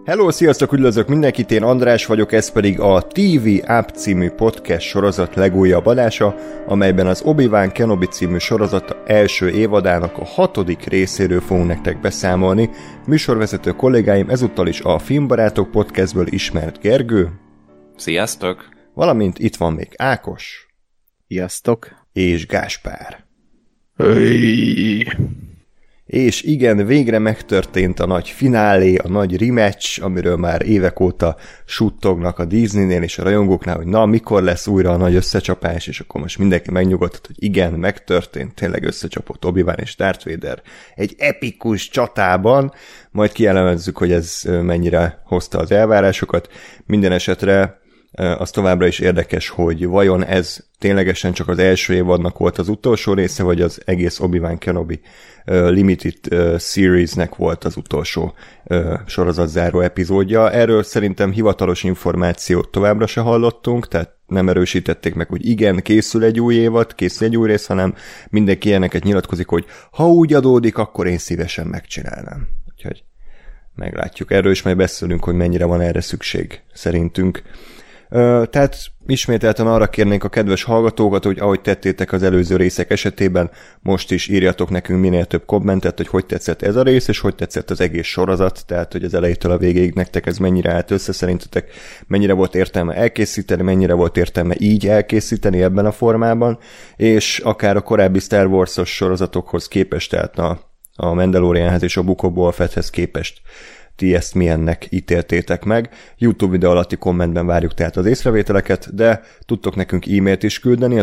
Hello, sziasztok, üdvözlök mindenkit, én András vagyok, ez pedig a TV App című podcast sorozat legújabb adása, amelyben az Obi-Wan Kenobi című sorozat első évadának a 6. részéről fogunk nektek beszámolni. Műsorvezető kollégáim ezúttal is a Filmbarátok podcastből ismert Gergő. Sziasztok! Valamint itt van még Ákos. Sziasztok! És Gáspár. Hey. És igen, végre megtörtént a nagy finálé, a nagy rematch, amiről már évek óta suttognak a Disneynél és a rajongóknál, hogy na, mikor lesz újra a nagy összecsapás, és akkor most mindenki megnyugodott, hogy igen, megtörtént, tényleg összecsapott Obi-Wan és Darth Vader egy epikus csatában, majd kielemezzük, hogy ez mennyire hozta az elvárásokat. Minden esetre az továbbra is érdekes, hogy vajon ez ténylegesen csak az első évadnak volt az utolsó része, vagy az egész Obi-Wan Kenobi Limited Series-nek volt az utolsó sorozatzáró epizódja. Erről szerintem hivatalos információt továbbra se hallottunk, tehát nem erősítették meg, hogy igen, készül egy új évad, készül egy új rész, hanem mindenki ilyeneket nyilatkozik, hogy ha úgy adódik, akkor én szívesen megcsinálnám. Úgyhogy meglátjuk. Erről is majd beszélünk, hogy mennyire van erre szükség szerintünk. Tehát ismételten arra kérnénk a kedves hallgatókat, hogy ahogy tettétek az előző részek esetében, most is írjatok nekünk minél több kommentet, hogy tetszett ez a rész, és hogy tetszett az egész sorozat, tehát hogy az elejétől a végéig nektek ez mennyire állt össze, szerintetek mennyire volt értelme elkészíteni, mennyire volt értelme így elkészíteni ebben a formában, és akár a korábbi Star Wars-os sorozatokhoz képest, tehát a Mandalorianhez és a Book of Boba Fetthez képest ti ezt milyennek ítéltétek meg. YouTube videó alatti kommentben várjuk tehát az észrevételeket, de tudtok nekünk e-mailt is küldeni a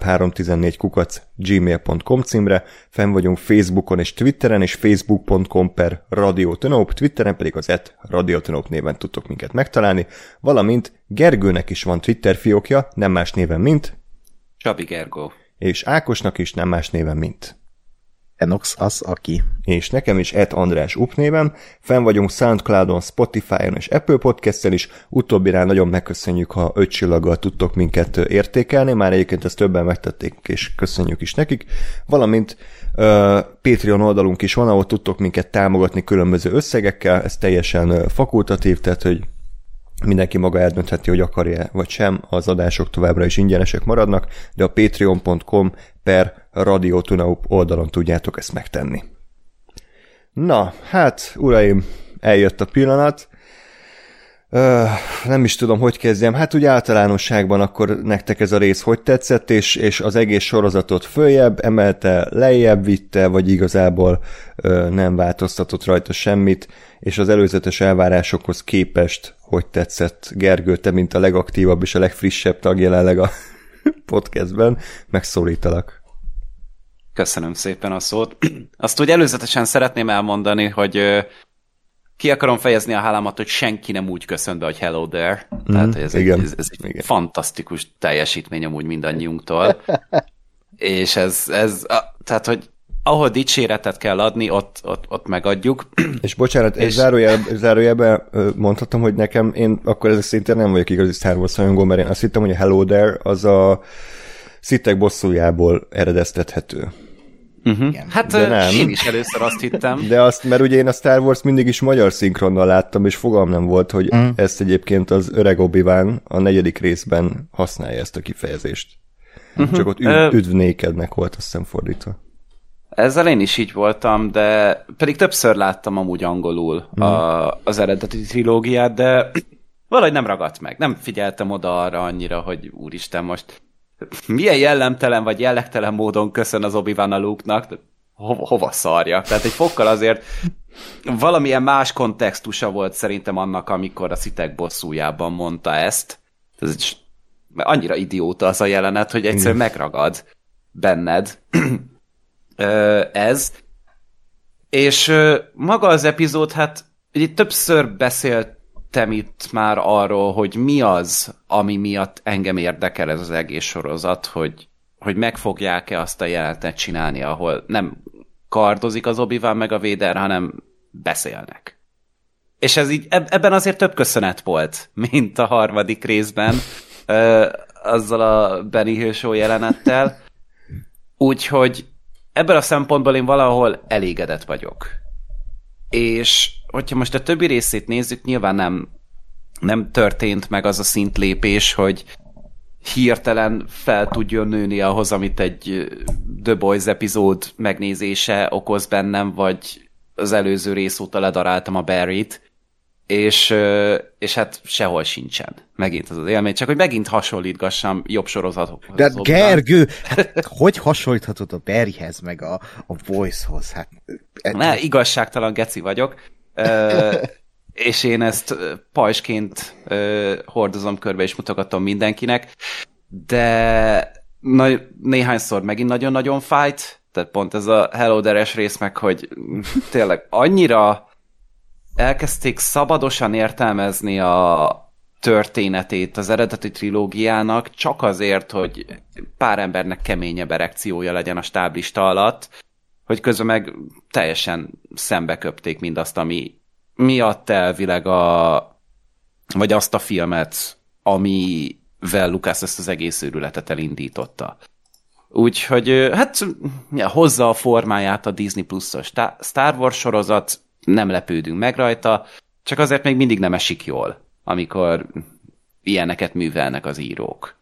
tunap314@gmail.com címre, fenn vagyunk Facebookon és Twitteren, és facebook.com/radiotonop, Twitteren pedig az @radiotonop néven tudtok minket megtalálni, valamint Gergőnek is van Twitter fiókja, nem más néven mint Csabi Gergó. És Ákosnak is nem más néven mint Enox az, aki. És nekem is András Up névem. Fenn vagyunk Soundcloudon, Spotify-on és Apple Podcast-en is. Utóbbinál nagyon megköszönjük, ha 5 csillaggal tudtok minket értékelni. Már egyébként ezt többen megtették, és köszönjük is nekik. Valamint Patreon oldalunk is van, ahol tudtok minket támogatni különböző összegekkel. Ez teljesen fakultatív, tehát hogy mindenki maga eldöntheti, hogy akarja vagy sem, az adások továbbra is ingyenesek maradnak, de a patreon.com/radiotunaup oldalon tudjátok ezt megtenni. Na, hát, uraim, eljött a pillanat. Nem is tudom, hogy kezdjem. Hát úgy általánosságban akkor nektek ez a rész hogy tetszett, és az egész sorozatot följebb emelte, lejjebb vitte, vagy igazából nem változtatott rajta semmit, és az előzetes elvárásokhoz képest hogy tetszett, Gergő, te mint a legaktívabb és a legfrissebb tag jelenleg a podcastben, megszólítalak. Köszönöm szépen a szót. Azt úgy előzetesen szeretném elmondani, hogy ki akarom fejezni a hálámat, hogy senki nem úgy köszönt be, hogy hello there. Tehát hogy ez egy fantasztikus teljesítmény amúgy mindannyiunktól. És tehát, hogy ahol dicséretet kell adni, ott megadjuk. És bocsánat, zárójelben mondhatom, hogy nekem, én akkor ez szintén nem vagyok igazi Star Wars rajongó, mert én azt hittem, hogy a hello there az a Sithek bosszújából eredeztethető. Hát én is először azt hittem. De azt, mert ugye én a Star Wars mindig is magyar szinkronnal láttam, és fogalmam nem volt, hogy ezt egyébként az öreg Obi-Wan a 4. részben használja ezt a kifejezést. Csak ott üdvnékednek volt, azt hiszem fordítva. Ezzel én is így voltam, de pedig többször láttam amúgy angolul az eredeti trilógiát, de valahogy nem ragadt meg. Nem figyeltem oda arra annyira, hogy úristen, most milyen jellemtelen vagy jellegtelen módon köszön az Obi-Wan a Luke-nak, hova szarjak? Tehát egy fokkal azért valamilyen más kontextusa volt szerintem annak, amikor a Sithek bosszújában mondta ezt. Ez annyira idióta az a jelenet, hogy egyszerűen megragad benned ez. És maga az epizód, hát ugye többször beszéltem itt már arról, hogy mi az, ami miatt engem érdekel ez az egész sorozat, hogy meg fogják-e azt a jelenetet csinálni, ahol nem kardozik az Obi-Wan meg a Vader, hanem beszélnek. És ez így, ebben azért több köszönet volt, mint a 3. részben, azzal a Benny Hill show jelenettel. Úgyhogy ebből a szempontból én valahol elégedett vagyok. És hogyha most a többi részét nézzük, nyilván nem történt meg az a szintlépés, hogy hirtelen fel tudjon nőni ahhoz, amit egy The Boys epizód megnézése okoz bennem, vagy az előző rész óta ledaráltam a Barryt, és hát sehol sincsen. Megint az élmény, csak hogy megint hasonlítgassam jobb sorozatokhoz. De Gergő, hát, hogy hasonlíthatod a Barryhez, meg a Voice-hoz? Hát, Ne, igazságtalan geci vagyok. És én ezt pajsként hordozom körbe, és mutogatom mindenkinek, de néhányszor megint nagyon-nagyon fájt, tehát pont ez a Hello There-es rész meg, hogy tényleg annyira elkezdték szabadosan értelmezni a történetét az eredeti trilógiának, csak azért, hogy pár embernek keményebb erekciója legyen a stáblista alatt, hogy közben meg teljesen szembeköpték mindazt, ami miatt elvileg vagy azt a filmet, amivel Lucas ezt az egész őrületet elindította. Úgyhogy hát hozza a formáját a Disney Plus-os Star Wars sorozat, nem lepődünk meg rajta, csak azért még mindig nem esik jól, amikor ilyeneket művelnek az írók.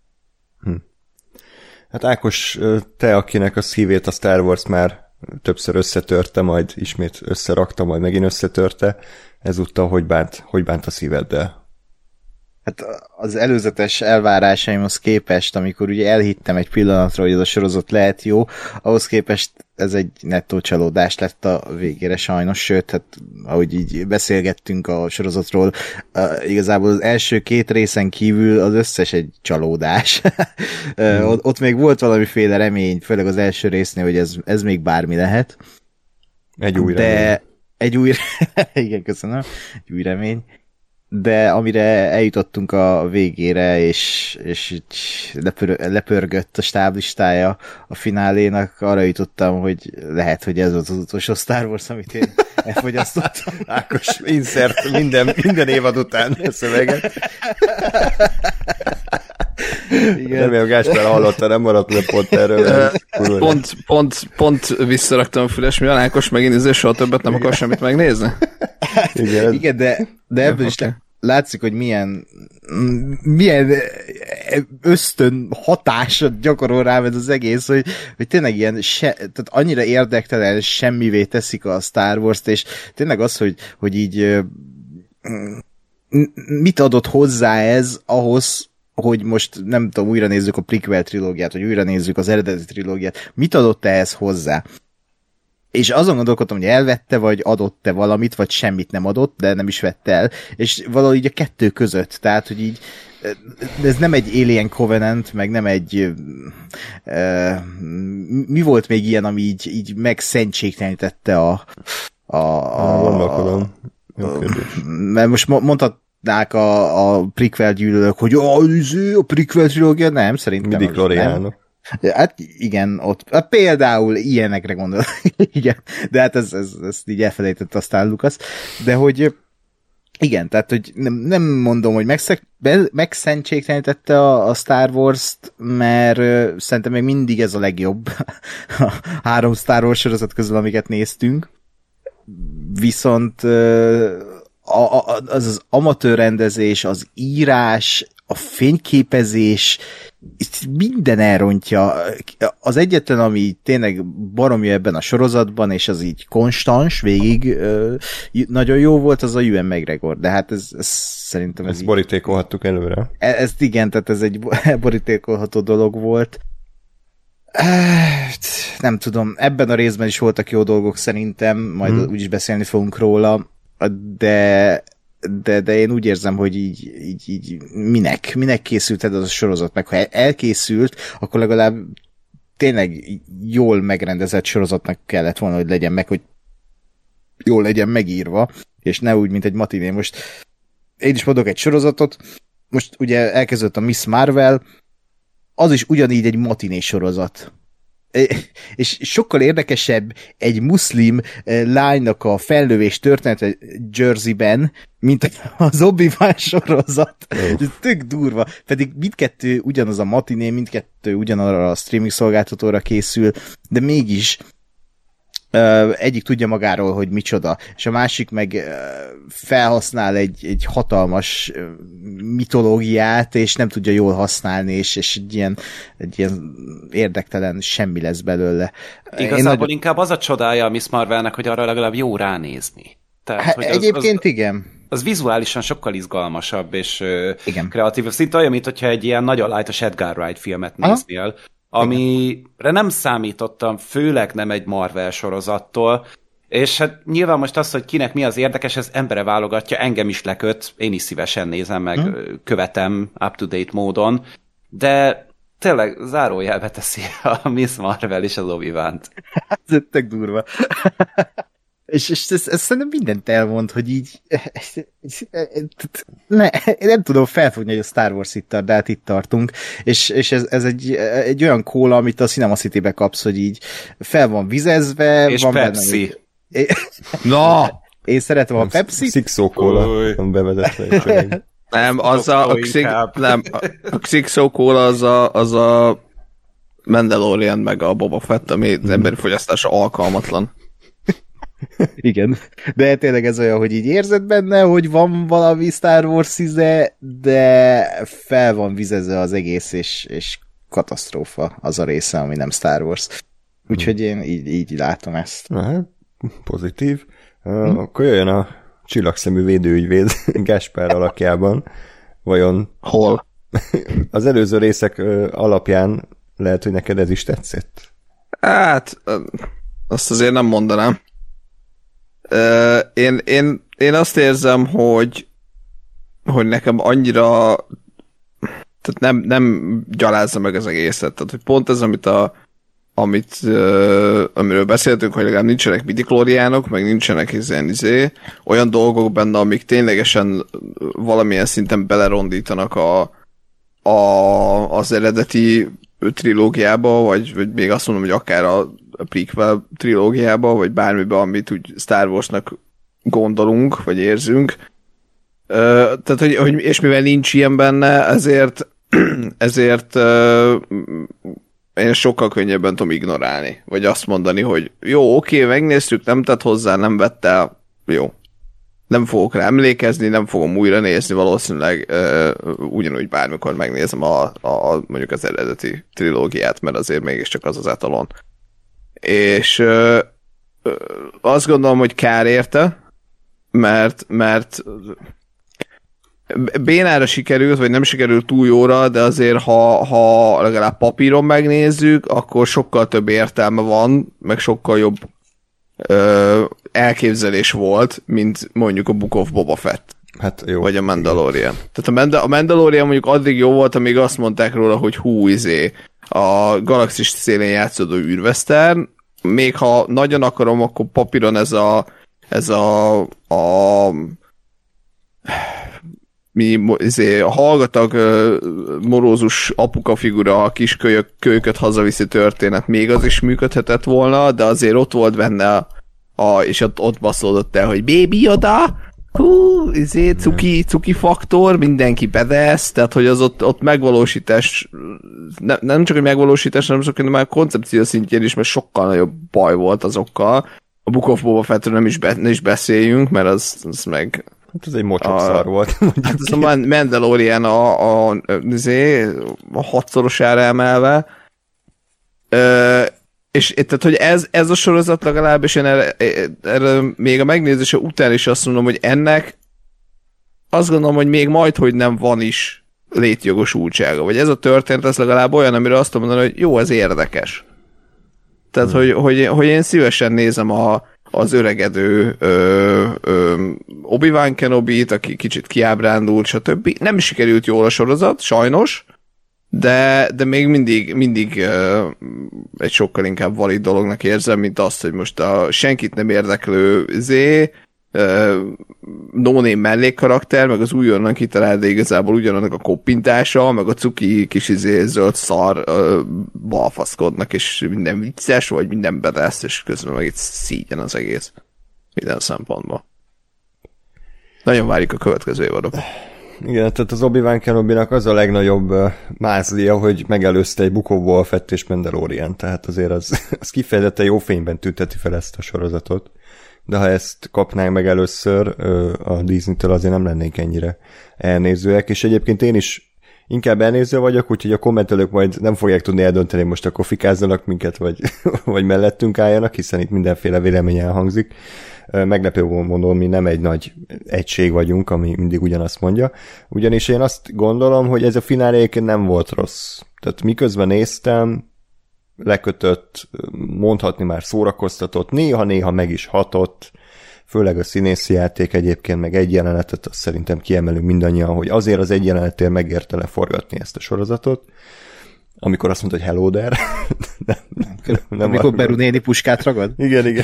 Hát Ákos, te, akinek a szívét a Star Wars már többször összetörte, majd ismét összerakta, majd megint összetörte, ezúttal hogy bánt a szíveddel? Hát az előzetes elvárásaimhoz képest, amikor ugye elhittem egy pillanatra, hogy ez a sorozat lehet jó, ahhoz képest ez egy nettó csalódás lett a végére sajnos, sőt, hát ahogy így beszélgettünk a sorozatról, igazából az első 2 részen kívül az összes egy csalódás. Ott még volt valamiféle remény, főleg az első résznél, hogy ez még bármi lehet. Egy új remény. Igen, köszönöm. Egy új remény. De amire eljutottunk a végére, és így lepörgött a stáblistája a finálénak, arra jutottam, hogy lehet, hogy ez az utolsó Star Wars, amit én elfogyasztottam. Ákos, insert minden évad után a szöveget. Igen. Remélem Gáspár hallotta, nem maradt le pont erről. Pont visszaraktam a füles, mi Ákos megint soha többet nem akar semmit megnézni? Igen, de ebből is látszik, hogy milyen ösztön hatásot gyakorol rám ez az egész, hogy tényleg ilyen tehát annyira érdektelen, semmivé teszik a Star Wars-t, és tényleg az, hogy így mit adott hozzá ez ahhoz, hogy most nem tudom, újra nézzük a prequel trilógiát, vagy újra nézzük az eredeti trilógiát, mit adott ehhez hozzá? És azon gondolkodtam, hogy elvette, vagy adott-e valamit, vagy semmit nem adott, de nem is vette el, és valahogy így a kettő között, tehát, hogy így ez nem egy Alien Covenant, meg nem egy mi volt még ilyen, ami így megszentségtelenítette Gondolkodom. Mert most mondhatnák a prequel gyűlölők, hogy a prequel trilógia, nem, szerintem mindig Gloriánok. Hát igen, ott hát például ilyenekre gondol. Igen, de hát ezt így elfelejtette aztán Lucas. De hogy igen, tehát hogy nem mondom, hogy megszentségtelenítette a Star Wars-t, mert szerintem még mindig ez a legjobb a 3 Star Wars sorozat közül, amiket néztünk. Viszont az amatőr rendezés, az írás, a fényképezés, minden elrontja. Az egyetlen, ami tényleg baromi ebben a sorozatban, és az így konstans végig nagyon jó volt, az a Ewan McGregor, de hát ez szerintem ezt borítékolhattuk előre. Ezt igen, tehát ez egy borítékolható dolog volt. Nem tudom, ebben a részben is voltak jó dolgok szerintem, majd úgyis beszélni fogunk róla, de én úgy érzem, hogy így minek készült ez a sorozat, meg ha elkészült, akkor legalább tényleg jól megrendezett sorozatnak kellett volna, hogy legyen meg, hogy jól legyen megírva, és ne úgy, mint egy matiné. Most én is mondok egy sorozatot, most ugye elkezdődött a Miss Marvel, az is ugyanígy egy matiné sorozat. És sokkal érdekesebb egy muszlim lánynak a fellövés története Jerseyben, mint az Obi-Wan sorozat. Ez tök durva. Pedig mindkettő ugyanaz a matiné, mindkettő ugyanarra a streaming szolgáltatóra készül, de mégis egyik tudja magáról, hogy micsoda, és a másik meg felhasznál egy hatalmas mitológiát, és nem tudja jól használni, és egy ilyen érdektelen semmi lesz belőle. Igazából inkább az a csodája a Miss Marvelnek, hogy arra legalább jó ránézni. Tehát, hogy egyébként igen. Az vizuálisan sokkal izgalmasabb és kreatív. Szinte olyan, mintha egy ilyen nagyon lightos Edgar Wright filmet néznél, amire nem számítottam, főleg nem egy Marvel sorozattól, és hát nyilván most az, hogy kinek mi az érdekes, ez embere válogatja, engem is leköt, én is szívesen nézem meg, követem up-to-date módon, de tényleg zárójelbe teszi a Miss Marvel és az Obi-Wan-t. Ez tök durva. És ez szerintem mindent elmond, hogy így nem tudom felfogni, hogy a Star Wars itt tart, de hát itt tartunk, és ez egy olyan kóla, amit a Cinema City-be kapsz, hogy így fel van vizezve, és van Pepsi. Na! Én szeretem a Pepsi-t. Sixo Cola van bevezetve. Nem, a Sixo Cola az a Mandalorian meg a Boba Fett, ami az emberi fogyasztásra alkalmatlan. Igen, de tényleg ez olyan, hogy így érzed benne, hogy van valami Star Wars íze, de fel van vizezve az egész, és katasztrófa az a része, ami nem Star Wars. Úgyhogy én így látom ezt. Na, pozitív. Akkor jöjjön a csillagszemű védőügyvéd Gáspár alakjában. Vajon... Hol? Az előző részek alapján lehet, hogy neked ez is tetszett? Hát, azt azért nem mondanám. Én azt érzem, hogy nekem annyira tehát nem gyalázza meg az egészet. Tehát, hogy pont ez, amiről beszéltünk, hogy legalább nincsenek midiklóriánok, meg nincsenek olyan dolgok benne, amik ténylegesen valamilyen szinten belerondítanak az eredeti trilógiába, vagy még azt mondom, hogy akár a prequel trilógiába, vagy bármibe, amit úgy Star Warsnak gondolunk, vagy érzünk. Tehát, hogy és mivel nincs ilyen benne, ezért én sokkal könnyebben tudom ignorálni, vagy azt mondani, hogy jó, oké, megnéztük, nem tett hozzá, nem vett el, jó. Nem fogok rá emlékezni, nem fogom újra nézni, valószínűleg ugyanúgy bármikor megnézem mondjuk az eredeti trilógiát, mert azért mégiscsak az az etalon. És azt gondolom, hogy kár érte, mert bénára sikerült, vagy nem sikerült túl jóra, de azért ha legalább papíron megnézzük, akkor sokkal több értelme van, meg sokkal jobb elképzelés volt, mint mondjuk a Book of Boba Fett. Hát jó. Vagy a Mandalorian. Tehát a Mandalorian mondjuk addig jó volt, amíg azt mondták róla, hogy a galaxis szélén játszódó űrvesztern, még ha nagyon akarom, akkor papíron ez a hallgatag morózus apuka figura, a kis kölyököt hazaviszi történet, még az is működhetett volna, de azért ott volt benne és ott baszódott el, hogy baby Yoda, cuki faktor, mindenki bedesz, tehát hogy az ott megvalósítás, nem csak egy megvalósítás, hanem csak már koncepció szintjén is, mert sokkal nagyobb baj volt azokkal. A Book of Boba Fettről ne is beszéljünk, mert az meg... Hát ez egy mocsokszar volt. Hát ez a Mandalorian a 6-szorosára emelve. És tehát, hogy ez a sorozat legalább, és én erre még a megnézése után is azt mondom, hogy ennek azt gondolom, hogy még majd, hogy nem van is létjogosultsága. Vagy ez a történet, ez legalább olyan, amire azt mondani, hogy jó, ez érdekes. Tehát, hogy én szívesen nézem az öregedő Obi-Wan Kenobi-t, aki kicsit kiábrándult, stb. Nem sikerült jól a sorozat, sajnos, de még mindig egy sokkal inkább valid dolognak érzem, mint azt, hogy most a senkit nem érdeklő no-name mellékkarakter, meg az újonnan kitalált, de igazából ugyanannak a koppintása, meg a cuki kis zöld szar balfaszkodnak, és minden vicces, vagy minden bedesz, és közben meg itt szígyen az egész. Minden szempontból. Nagyon várjuk a következő évadot. Igen, tehát az Obi-Wan Kenobi-nak az a legnagyobb mázlia, hogy megelőzte egy Book of Boba Fett és Mandalorian, tehát azért az kifejezetten jó fényben tünteti fel ezt a sorozatot. De ha ezt kapnánk meg először a Disney-től, azért nem lennénk ennyire elnézőek, és egyébként én is inkább elnéző vagyok, úgyhogy a kommentelők majd nem fogják tudni eldönteni, most akkor fikázzanak minket, vagy mellettünk álljanak, hiszen itt mindenféle vélemény elhangzik. Meglepő módon mi nem egy nagy egység vagyunk, ami mindig ugyanazt mondja. Ugyanis én azt gondolom, hogy ez a finálé nem volt rossz. Tehát miközben néztem, lekötött, mondhatni már szórakoztatott, néha-néha meg is hatott, főleg a színészi játék egyébként, meg egy jelenetet, azt szerintem kiemelünk mindannyian, hogy azért az egy jelenetért megérte leforgatni ezt a sorozatot, amikor azt mondta, hogy hello there. nem amikor Beru néni puskát ragad? Igen.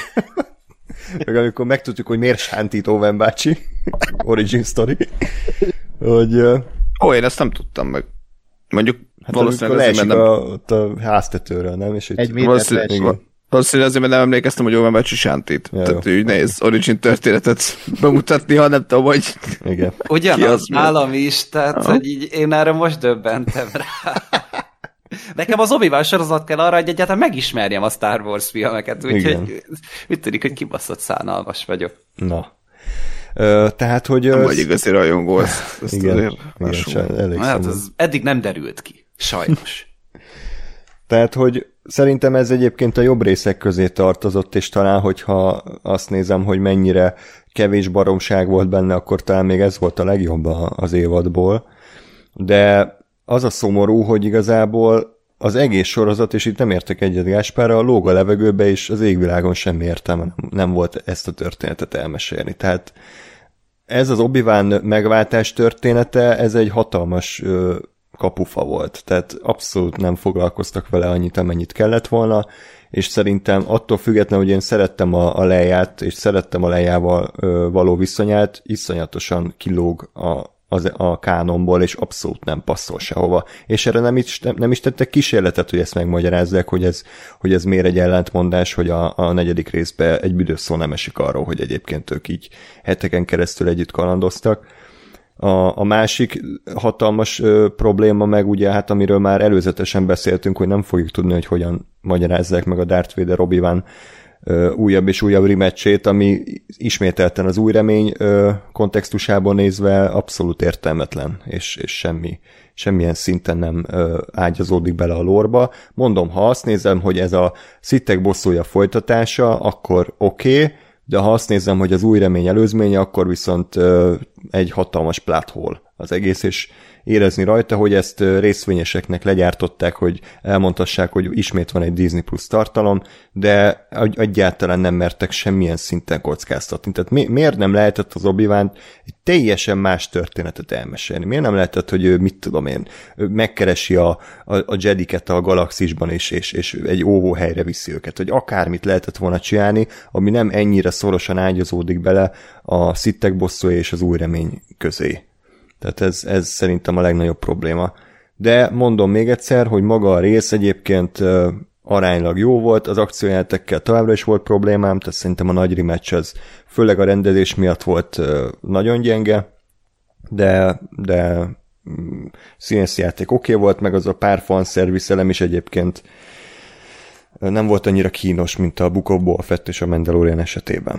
Meg amikor megtudjuk, hogy miért sántít Owen bácsi, origin story, hogy... Én ezt nem tudtam meg. Mondjuk hát valószínűleg azért, mert nem... a háztetőről, nem? És egy méterre valószínűleg azért, mert nem emlékeztem, hogy Owen bácsi sántít. Ja, tehát úgy nehéz origin történetet bemutatni, ha nem tudom, hogy igen. Ugyanaz nálam is, tehát hogy így én erre most döbbentem rá. Nekem az Obi-Wan sorozat kell arra, hogy egyáltalán megismerjem a Star Wars filmeket, úgyhogy úgy tűnik, hogy kibaszott szánalmas vagyok. Na. Tehát, hogy... Nem vagy igazi rajongó, ezt igen, hát ez eddig nem derült ki. Sajnos. Tehát, hogy szerintem ez egyébként a jobb részek közé tartozott, és talán, hogyha azt nézem, hogy mennyire kevés baromság volt benne, akkor talán még ez volt a legjobb az évadból. De az a szomorú, hogy igazából az egész sorozat, és itt nem értek egyet Gáspárra, a lóg a levegőbe, és az égvilágon semmi értelme nem volt ezt a történetet elmesélni. Tehát ez az Obi-Wan megváltás története, ez egy hatalmas kapufa volt. Tehát abszolút nem foglalkoztak vele annyit, amennyit kellett volna, és szerintem attól függetlenül, hogy én szerettem a Leiát, és szerettem a Leiával való viszonyát, iszonyatosan kilóg a kánonból, és abszolút nem passzol sehova. És erre nem is tettek kísérletet, hogy ezt megmagyarázzák, hogy ez miért egy ellentmondás, hogy a negyedik részben egy büdös szó nem esik arról, hogy egyébként ők így heteken keresztül együtt kalandoztak. A másik hatalmas probléma meg ugye, hát amiről már előzetesen beszéltünk, hogy nem fogjuk tudni, hogy hogyan magyarázzák meg a Darth Vader Obi-Wan újabb és újabb rematchét, ami ismételten az új remény kontextusában nézve abszolút értelmetlen, és semmilyen szinten nem ágyazódik bele a lórba. Mondom, ha azt nézem, hogy ez a Sith-ek bosszúja folytatása, akkor oké, de ha azt nézem, hogy az új remény előzménye, akkor viszont egy hatalmas plot hole az egész, és érezni rajta, hogy ezt részvényeseknek legyártották, hogy elmondhassák, hogy ismét van egy Disney Plus tartalom, de egyáltalán nem mertek semmilyen szinten kockáztatni. Tehát miért nem lehetett az Obi-Wan egy teljesen más történetet elmesélni? Miért nem lehetett, hogy ő, mit tudom én, megkeresi a Jediket a galaxisban, és egy óvóhelyre viszi őket, hogy akármit lehetett volna csinálni, ami nem ennyire szorosan ágyazódik bele a Sith-ek bosszúja és az új remény közé. Tehát ez szerintem a legnagyobb probléma. De mondom még egyszer, hogy maga a rész egyébként aránylag jó volt, az akciójátekkel továbbra is volt problémám, tehát szerintem a nagy rematch az főleg a rendezés miatt volt nagyon gyenge, de színészi játék oké volt, meg az a pár fanszervisz elem is egyébként nem volt annyira kínos, mint a Book of Boba Fett és a Mandalorian esetében.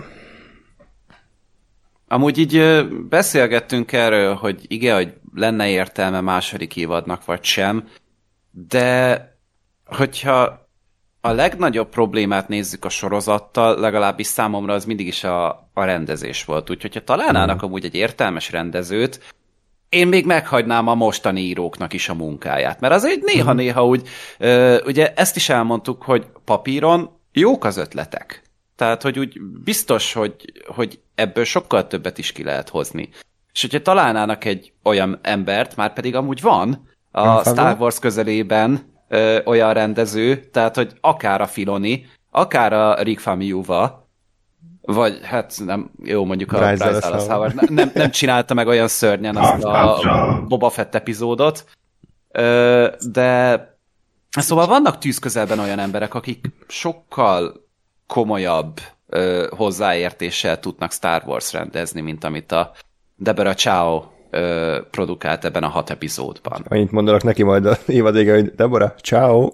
Amúgy így beszélgettünk erről, hogy igen, hogy lenne értelme második évadnak, vagy sem, de hogyha a legnagyobb problémát nézzük a sorozattal, legalábbis számomra az mindig is a rendezés volt. Úgyhogy ha találnának amúgy egy értelmes rendezőt, én még meghagynám a mostani íróknak is a munkáját. Mert azért néha-néha úgy, ugye ezt is elmondtuk, hogy papíron jók az ötletek. Tehát, hogy úgy biztos, hogy ebből sokkal többet is ki lehet hozni. És hogyha találnának egy olyan embert, már pedig amúgy van a Star Wars közelében olyan rendező, tehát, hogy akár a Filoni, akár a Rick Famuyiwa, vagy hát nem, jó, mondjuk a Bryce Dallas Howard nem csinálta meg olyan szörnyen azt a Boba Fett epizódot, de szóval vannak tűzközelben olyan emberek, akik sokkal komolyabb hozzáértéssel tudnak Star Wars rendezni, mint amit a Deborah Chow produkált ebben a 6 epizódban. Annyit mondanak neki majd a évad vége, hogy Deborah, ciao.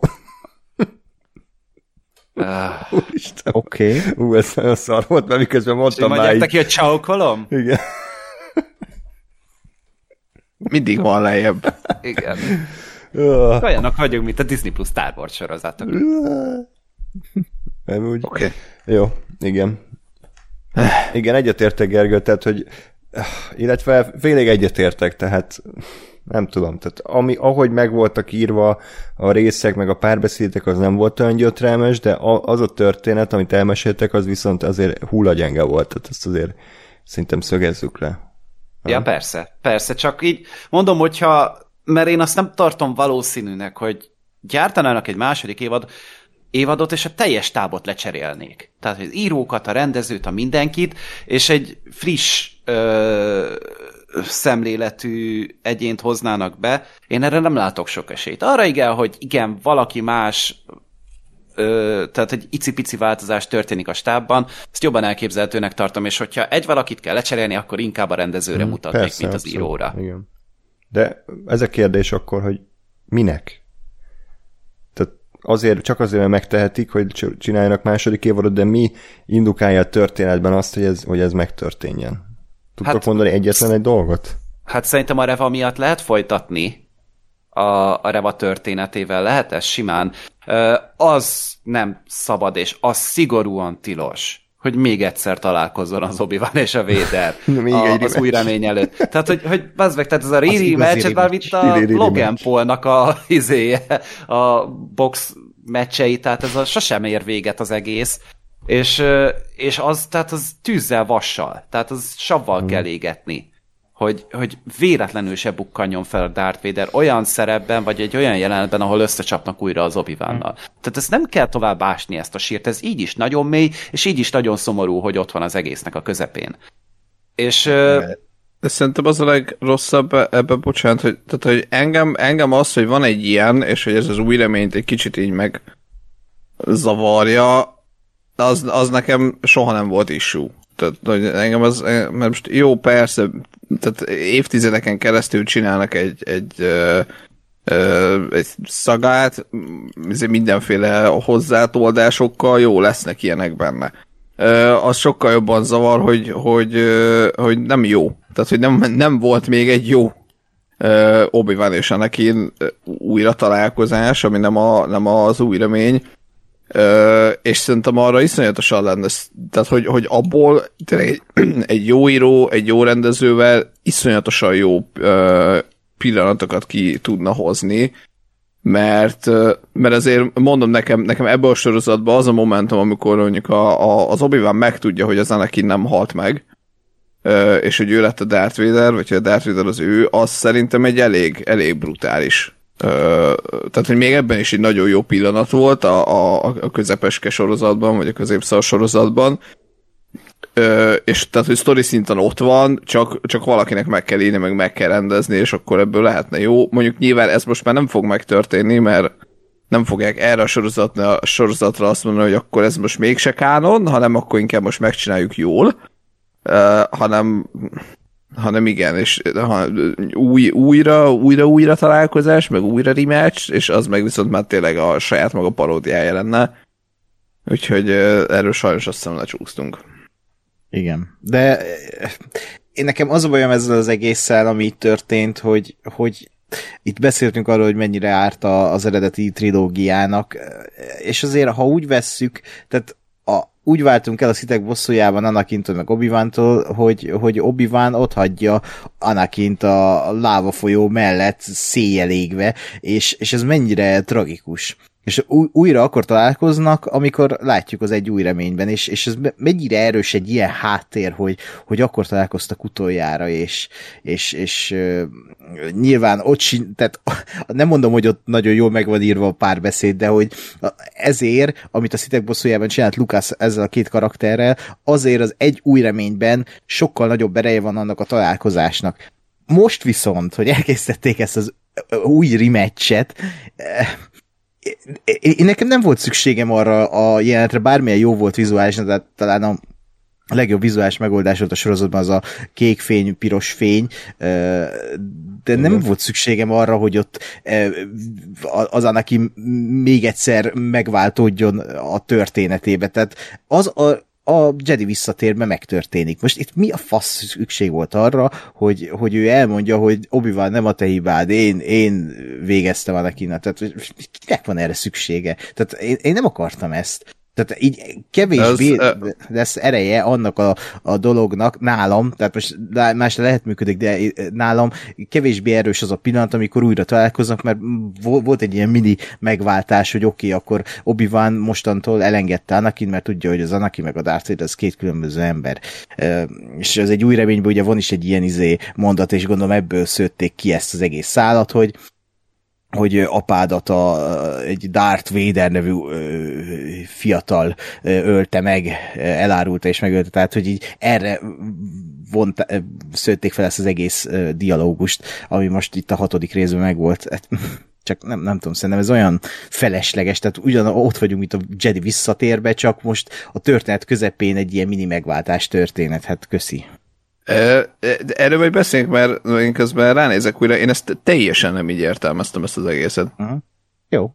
Úristen. Oké. Ez nagyon szar volt, mert miközben mondtam már mondják így. neki, hogy ciao kolom? Igen. Mindig van lejjebb. Igen. Olyanok vagyunk, mint a Disney Plus Star Wars sorozatok. Nem úgy. Oké. Jó, igen. Igen, egyetértek, Gergő, tehát, hogy illetve félig egyetértek, tehát nem tudom, tehát ahogy meg voltak írva a részek, meg a párbeszédek, az nem volt olyan gyötrelmes, de az a történet, amit elmeséltek, az viszont azért hullagyenge volt, tehát ezt azért szerintem szögezzük le. Ja, persze, csak így mondom, mert én azt nem tartom valószínűnek, hogy gyártanának egy második évadot, és a teljes tábot lecserélnék. Tehát az írókat, a rendezőt, a mindenkit, és egy friss szemléletű egyént hoznának be. Én erre nem látok sok esélyt. Arra igen, hogy igen, valaki más, tehát egy icipici változás történik a stábban, ezt jobban elképzelhetőnek tartom, és hogyha egy valakit kell lecserélni, akkor inkább a rendezőre mutatnék, Persze, mint az abszolút, íróra. Igen. De ez a kérdés akkor, hogy minek? Tehát csak azért, mert megtehetik, hogy csináljanak második évadot, de mi indukálja a történetben azt, hogy ez megtörténjen? Tudtok mondani egyetlen egy dolgot? Hát szerintem a Reva miatt lehet folytatni a Reva történetével, lehet ez simán. Az nem szabad, és az szigorúan tilos, hogy még egyszer találkozzon az Obi-Wan és a Vader az új remény előtt. Tehát, hogy bazd meg, tehát ez a Riri meccs, ez már itt a Logan Paulnak a box meccsei, tehát ez sosem ér véget az egész. És az, tehát az tűzzel, vassal, tehát az savval kell égetni, hogy véletlenül se bukkanjon fel a Darth Vader olyan szerepben, vagy egy olyan jelenetben, ahol összecsapnak újra az Obi-Wannal. Tehát ezt nem kell tovább ásni, ezt a sírt, ez így is nagyon mély, és így is nagyon szomorú, hogy ott van az egésznek a közepén. És... De szerintem az a legrosszabb ebben, bocsánat, hogy engem az, hogy van egy ilyen, és hogy ez az új reményt egy kicsit így meg zavarja, az nekem soha nem volt issue. Tehát, hogy engem az, mert most jó, persze, tehát évtizedeken keresztül csinálnak egy szagát, mindenféle hozzátoldásokkal, jó, lesznek ilyenek benne. Az sokkal jobban zavar, hogy nem jó. Tehát, hogy nem volt még egy jó Obi-Wan és Anakin újra találkozás, ami nem az új remény, és szerintem arra iszonyatosan lenne, tehát hogy abból tényleg egy jó író, egy jó rendezővel iszonyatosan jó pillanatokat ki tudna hozni, mert azért mondom nekem ebből a sorozatban az a momentum, amikor mondjuk az Obi-Wan megtudja, hogy az Anakin nem halt meg, és hogy ő lett a Darth Vader, vagy hogy a Darth Vader az ő, az szerintem egy elég brutális. Tehát, hogy még ebben is egy nagyon jó pillanat volt a közepeske sorozatban, vagy a középszar sorozatban, és tehát, hogy sztori szinten ott van, csak valakinek meg kell írni, meg kell rendezni, és akkor ebből lehetne jó. Mondjuk nyilván ez most már nem fog megtörténni, mert nem fogják erre a sorozatra azt mondani, hogy akkor ez most mégse kánon, hanem akkor inkább most megcsináljuk jól, hanem igen, és újra találkozás, meg újra rematch, és az meg viszont már tényleg a saját maga paródiája lenne. Úgyhogy erről sajnos azt hiszem lecsúsztunk. Igen, de én nekem az a bajom ezzel az egésszel, ami itt történt, hogy itt beszéltünk arról, hogy mennyire árt az eredeti trilógiának, és azért, ha úgy vesszük, tehát úgy váltunk el a Sithek bosszújában Anakintól meg Obi-Wantól, hogy Obi-Wan ott hagyja Anakint a láva folyó mellett széjjel égve, és ez mennyire tragikus. És újra akkor találkoznak, amikor látjuk az egy új reményben, és ez mennyire erős egy ilyen háttér, hogy akkor találkoztak utoljára, és nyilván ott tehát nem mondom, hogy ott nagyon jól meg van írva a párbeszéd, de hogy ezért, amit a Sithek bosszújában csinált Lucas ezzel a két karakterrel, azért az egy új reményben sokkal nagyobb ereje van annak a találkozásnak. Most viszont, hogy elkészítették ezt az új rematchet, én nekem nem volt szükségem arra a jelenetre, bármilyen jó volt vizuálisan, de talán a legjobb vizuális megoldás volt a sorozatban az a kék fény, piros fény, de nem volt szükségem arra, hogy ott az Anakin még egyszer megváltódjon a történetébe. Tehát az a Jedi visszatérbe megtörténik. Most itt mi a fasz szükség volt arra, hogy ő elmondja, hogy Obi-Wan nem a te hibád, én végeztem Anakinnal. Tehát kinek van erre szüksége? Tehát én nem akartam ezt. Tehát így kevésbé lesz ereje annak a dolognak nálam, tehát most más lehet működik, de nálam kevésbé erős az a pillanat, amikor újra találkoznak, mert volt egy ilyen mini megváltás, hogy oké, akkor Obi-Wan mostantól elengedte Anakin, mert tudja, hogy az Anakin meg a Darth Vader az két különböző ember. És ez egy új reményben ugye van is egy ilyen mondat, és gondolom ebből szőtték ki ezt az egész szálat, hogy apádat egy Darth Vader nevű fiatal ölte meg, elárulta és megölte, tehát hogy így erre szőtték fel ezt az egész dialógust, ami most itt a 6. részben megvolt. Csak nem tudom, szerintem ez olyan felesleges, tehát ott vagyunk itt a Jedi visszatérbe, csak most a történet közepén egy ilyen mini megváltás történet, hát köszi. Erről majd beszélünk, mert én közben ránézek újra, én ezt teljesen nem így értelmeztem, ezt az egészet. Uh-huh. Jó.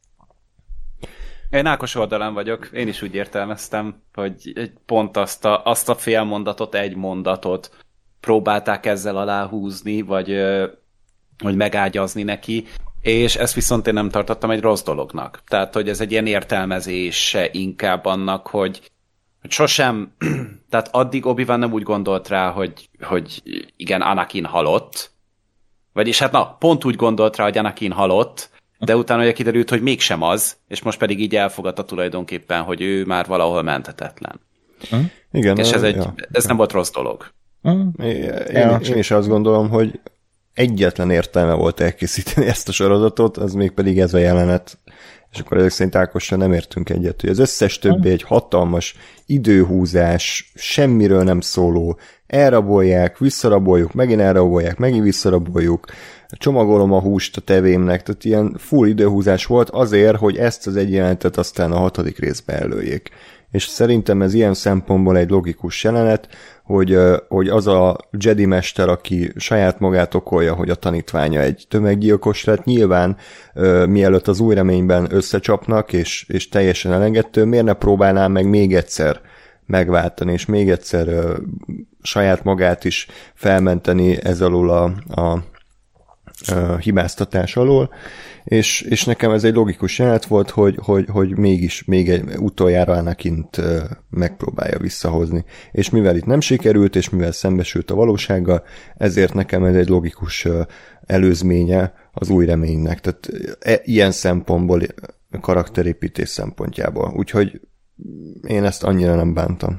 Én Ákos oldalán vagyok, én is úgy értelmeztem, hogy pont azt a fél mondatot, egy mondatot próbálták ezzel aláhúzni, vagy megágyazni neki, és ezt viszont én nem tartottam egy rossz dolognak. Tehát, hogy ez egy ilyen értelmezése inkább annak, hogy sosem, tehát addig Obi-Wan nem úgy gondolt rá, hogy igen, Anakin halott, vagyis hát pont úgy gondolt rá, hogy Anakin halott, de utána ugye kiderült, hogy mégsem az, és most pedig így elfogadta tulajdonképpen, hogy ő már valahol menthetetlen. Igen. És ez nem volt rossz dolog. Én is azt gondolom, hogy egyetlen értelme volt elkészíteni ezt a sorozatot, az még pedig ez a jelenet. És akkor ezek szerint Ákossal nem értünk egyet, hogy az összes többi egy hatalmas időhúzás, semmiről nem szóló, elrabolják, visszaraboljuk, megint elrabolják, megint visszaraboljuk, csomagolom a húst a tevémnek, tehát ilyen full időhúzás volt azért, hogy ezt az egy jelentet aztán a 6. részbe előjék. És szerintem ez ilyen szempontból egy logikus jelenet, hogy az a Jedi mester, aki saját magát okolja, hogy a tanítványa egy tömeggyilkos lett, nyilván mielőtt az új reményben összecsapnak, és teljesen elengedő, miért ne próbálnám meg még egyszer megváltani, és még egyszer saját magát is felmenteni ez alól a hibáztatás alól, és nekem ez egy logikus jelenet volt, hogy még egy utoljára Anakint megpróbálja visszahozni. És mivel itt nem sikerült, és mivel szembesült a valósággal, ezért nekem ez egy logikus előzménye az új reménynek. Tehát ilyen szempontból, karakterépítés szempontjából. Úgyhogy én ezt annyira nem bántam.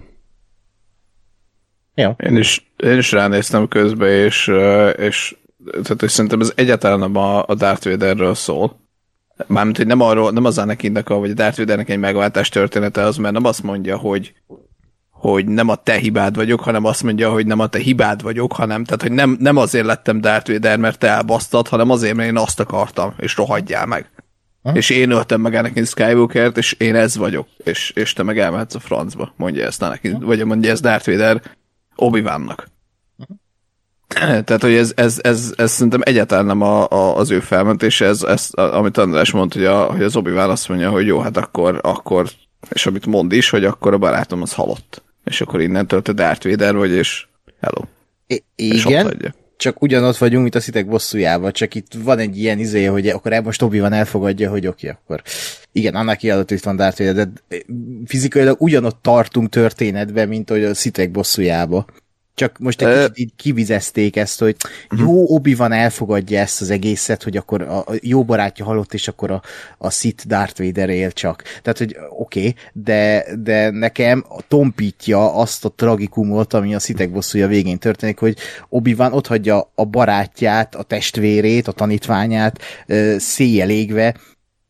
Ja. Én is ránéztem közben, és tehát, hogy szerintem ez egyáltalán nem a Darth Vaderről szól. Mármint, hogy nem az Anakinnek, vagy a Darth Vadernek egy megváltás története az, mert nem azt mondja, hogy nem a te hibád vagyok, hanem azt mondja, hogy nem a te hibád vagyok, hanem, tehát, hogy nem azért lettem Darth Vader, mert te elbasztad, hanem azért, mert én azt akartam, és rohadjál meg. És én öltem meg Anakin Skywalkert, és én ez vagyok, és te meg elmehetsz a francba, mondja ezt Anakin, vagy mondja ezt Darth Vader Obi-Wannak. Tehát, hogy ez szerintem egyáltalán nem az ő felmentése, ez amit András mondta, hogy az Obi-Wan azt mondja, hogy jó, hát akkor, és amit mond is, hogy akkor a barátom az halott. És akkor innentől te Darth Vader vagy, és hello. Igen, csak ugyanott vagyunk, mint a Szitek bosszújával, csak itt van egy ilyen izéje, hogy akkor most Obi-Wan elfogadja, hogy oké, akkor igen, annak kiadott itt van Darth Vader, de fizikailag ugyanott tartunk történetben, mint hogy a Szitek bosszújába. Csak most egy kicsit így kivizezték ezt, hogy jó, Obi-Wan elfogadja ezt az egészet, hogy akkor a jó barátja halott, és akkor a Sith Darth Vader él csak. Tehát, hogy oké, de nekem tompítja azt a tragikumot, ami a Szitek bosszúja végén történik, hogy Obi-Wan otthagyja a barátját, a testvérét, a tanítványát széjjel égve,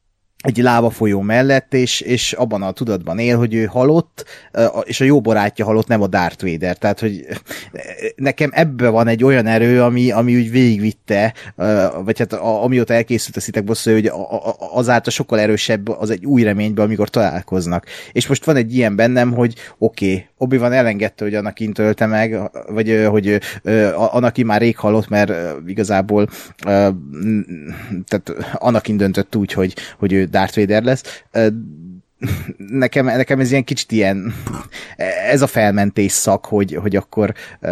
egy lávafolyó mellett, és abban a tudatban él, hogy ő halott, és a jó barátja halott, nem a Darth Vader. Tehát, hogy nekem ebben van egy olyan erő, ami úgy végigvitte, vagy hát amióta elkészült a Szitek bosszú, hogy azáltal sokkal erősebb az egy új reményben, amikor találkoznak. És most van egy ilyen bennem, hogy oké, Obi-Wan elengedte, hogy Anakin tölte meg, vagy hogy Anakin már rég halott, mert igazából tehát Anakin döntött úgy, hogy ő Darth Vader lesz. Nekem ez ilyen kicsit ilyen, ez a felmentés szak, hogy akkor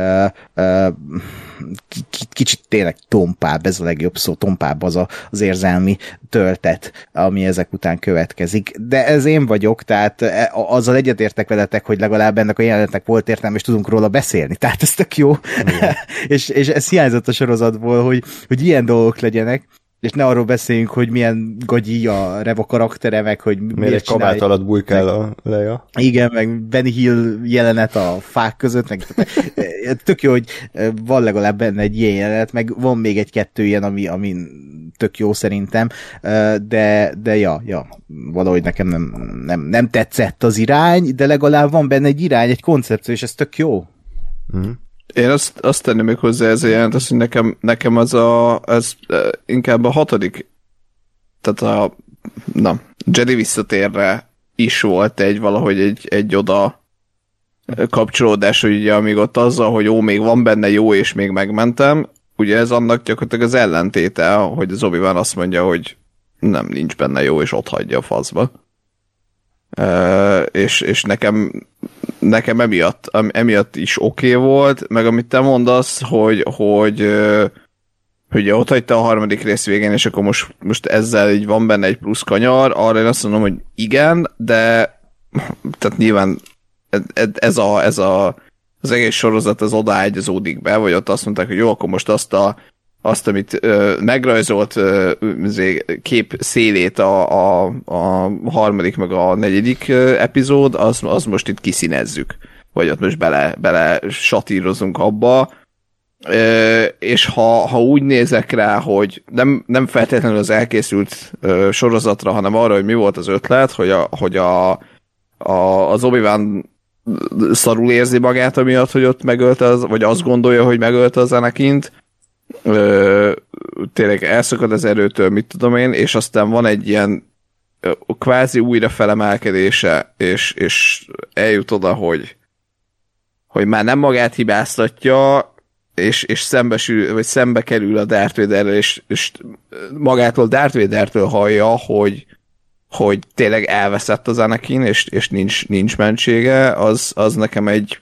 kicsit tényleg tompább, ez a legjobb szó, tompább az érzelmi töltet, ami ezek után következik. De ez én vagyok, tehát azzal egyetértek veletek, hogy legalább ennek a jelenetnek volt értelme, és tudunk róla beszélni. Tehát ez tök jó. és ez hiányzott a sorozatból, hogy ilyen dolgok legyenek. És ne arról beszéljünk, hogy milyen gagyi a Reva karaktere, meg hogy miért egy kabát alatt bujkál a Leia. Igen, meg Benny Hill jelenet a fák között, meg tök jó, hogy van legalább benne egy ilyen jelenet, meg van még egy-kettő ilyen, ami tök jó szerintem, de ja, valahogy nekem nem tetszett az irány, de legalább van benne egy irány, egy koncepció, és ez tök jó. Mm. Én azt tenném még hozzá ez a jelent, azt, hogy nekem ez inkább a 6. tehát Jedi visszatérre is volt valahogy egy oda kapcsolódás, hogy ugye amíg ott azzal, hogy még van benne jó, és még megmentem, ugye ez annak gyakorlatilag az ellentéte, hogy az Obi-Wan azt mondja, hogy nem, nincs benne jó, és ott hagyja a faszba. És nekem emiatt is oké volt, meg amit te mondasz, hogy ott hagyta a 3. rész végén, és akkor most ezzel így van benne egy plusz kanyar, arra én azt mondom, hogy igen, de tehát nyilván az egész sorozat az odaágyazódik be, vagy ott azt mondták, hogy jó, akkor most azt amit megrajzolt kép szélét a 3. meg a 4. epizód, az most itt kiszínezzük. Vagy ott most bele satírozunk abba. És ha úgy nézek rá, hogy nem feltétlenül az elkészült sorozatra, hanem arra, hogy mi volt az ötlet, hogy az Obi-Wan szarul érzi magát amiatt, hogy ott megölte vagy azt gondolja, hogy megölte az Anakint, tényleg elszakad az erőtől, mit tudom én, és aztán van egy ilyen kvázi újra felemelkedése, és eljut oda, hogy már nem magát hibáztatja, és szembesül, vagy szembe kerül a Darth Vaderrel, és magától Darth Vadertől hallja, hogy tényleg elveszett az Anakin, és nincs mentsége, az nekem egy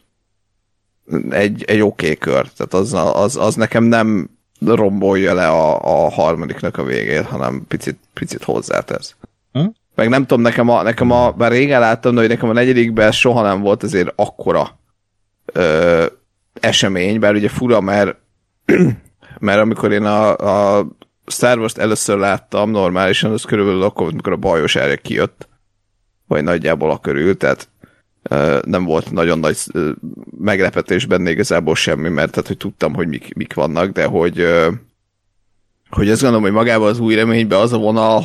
oké kör. Tehát az nekem nem rombolja le a 3. a végét, hanem picit hozzátesz. Meg nem tudom, nekem bár régen láttam, de hogy nekem a 4. soha nem volt azért akkora esemény, bár ugye fura, mert amikor én a Star Wars-t először láttam normálisan, az körülbelül akkor, amikor a bajos erre kijött, vagy nagyjából a körül, tehát nem volt nagyon nagy meglepetés benne igazából semmi, mert tehát, hogy tudtam, hogy mik vannak, de hogy azt gondolom, hogy magában az új reményben az a vonal,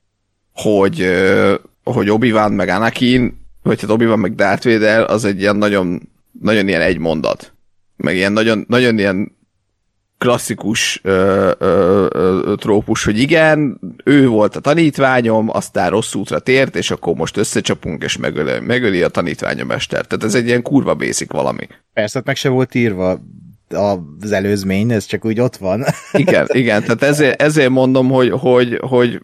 hogy Obi-Wan meg Anakin, vagy hát Obi-Wan meg Darth Vader, az egy ilyen nagyon, nagyon ilyen egy mondat. Meg ilyen nagyon, nagyon ilyen klasszikus trópus, hogy igen, ő volt a tanítványom, aztán rossz útra tért, és akkor most összecsapunk, és megöli a tanítványomestert. Tehát ez egy ilyen kurva basic valami. Persze, meg se volt írva az előzmény, ez csak úgy ott van. Igen, tehát ezért mondom, hogy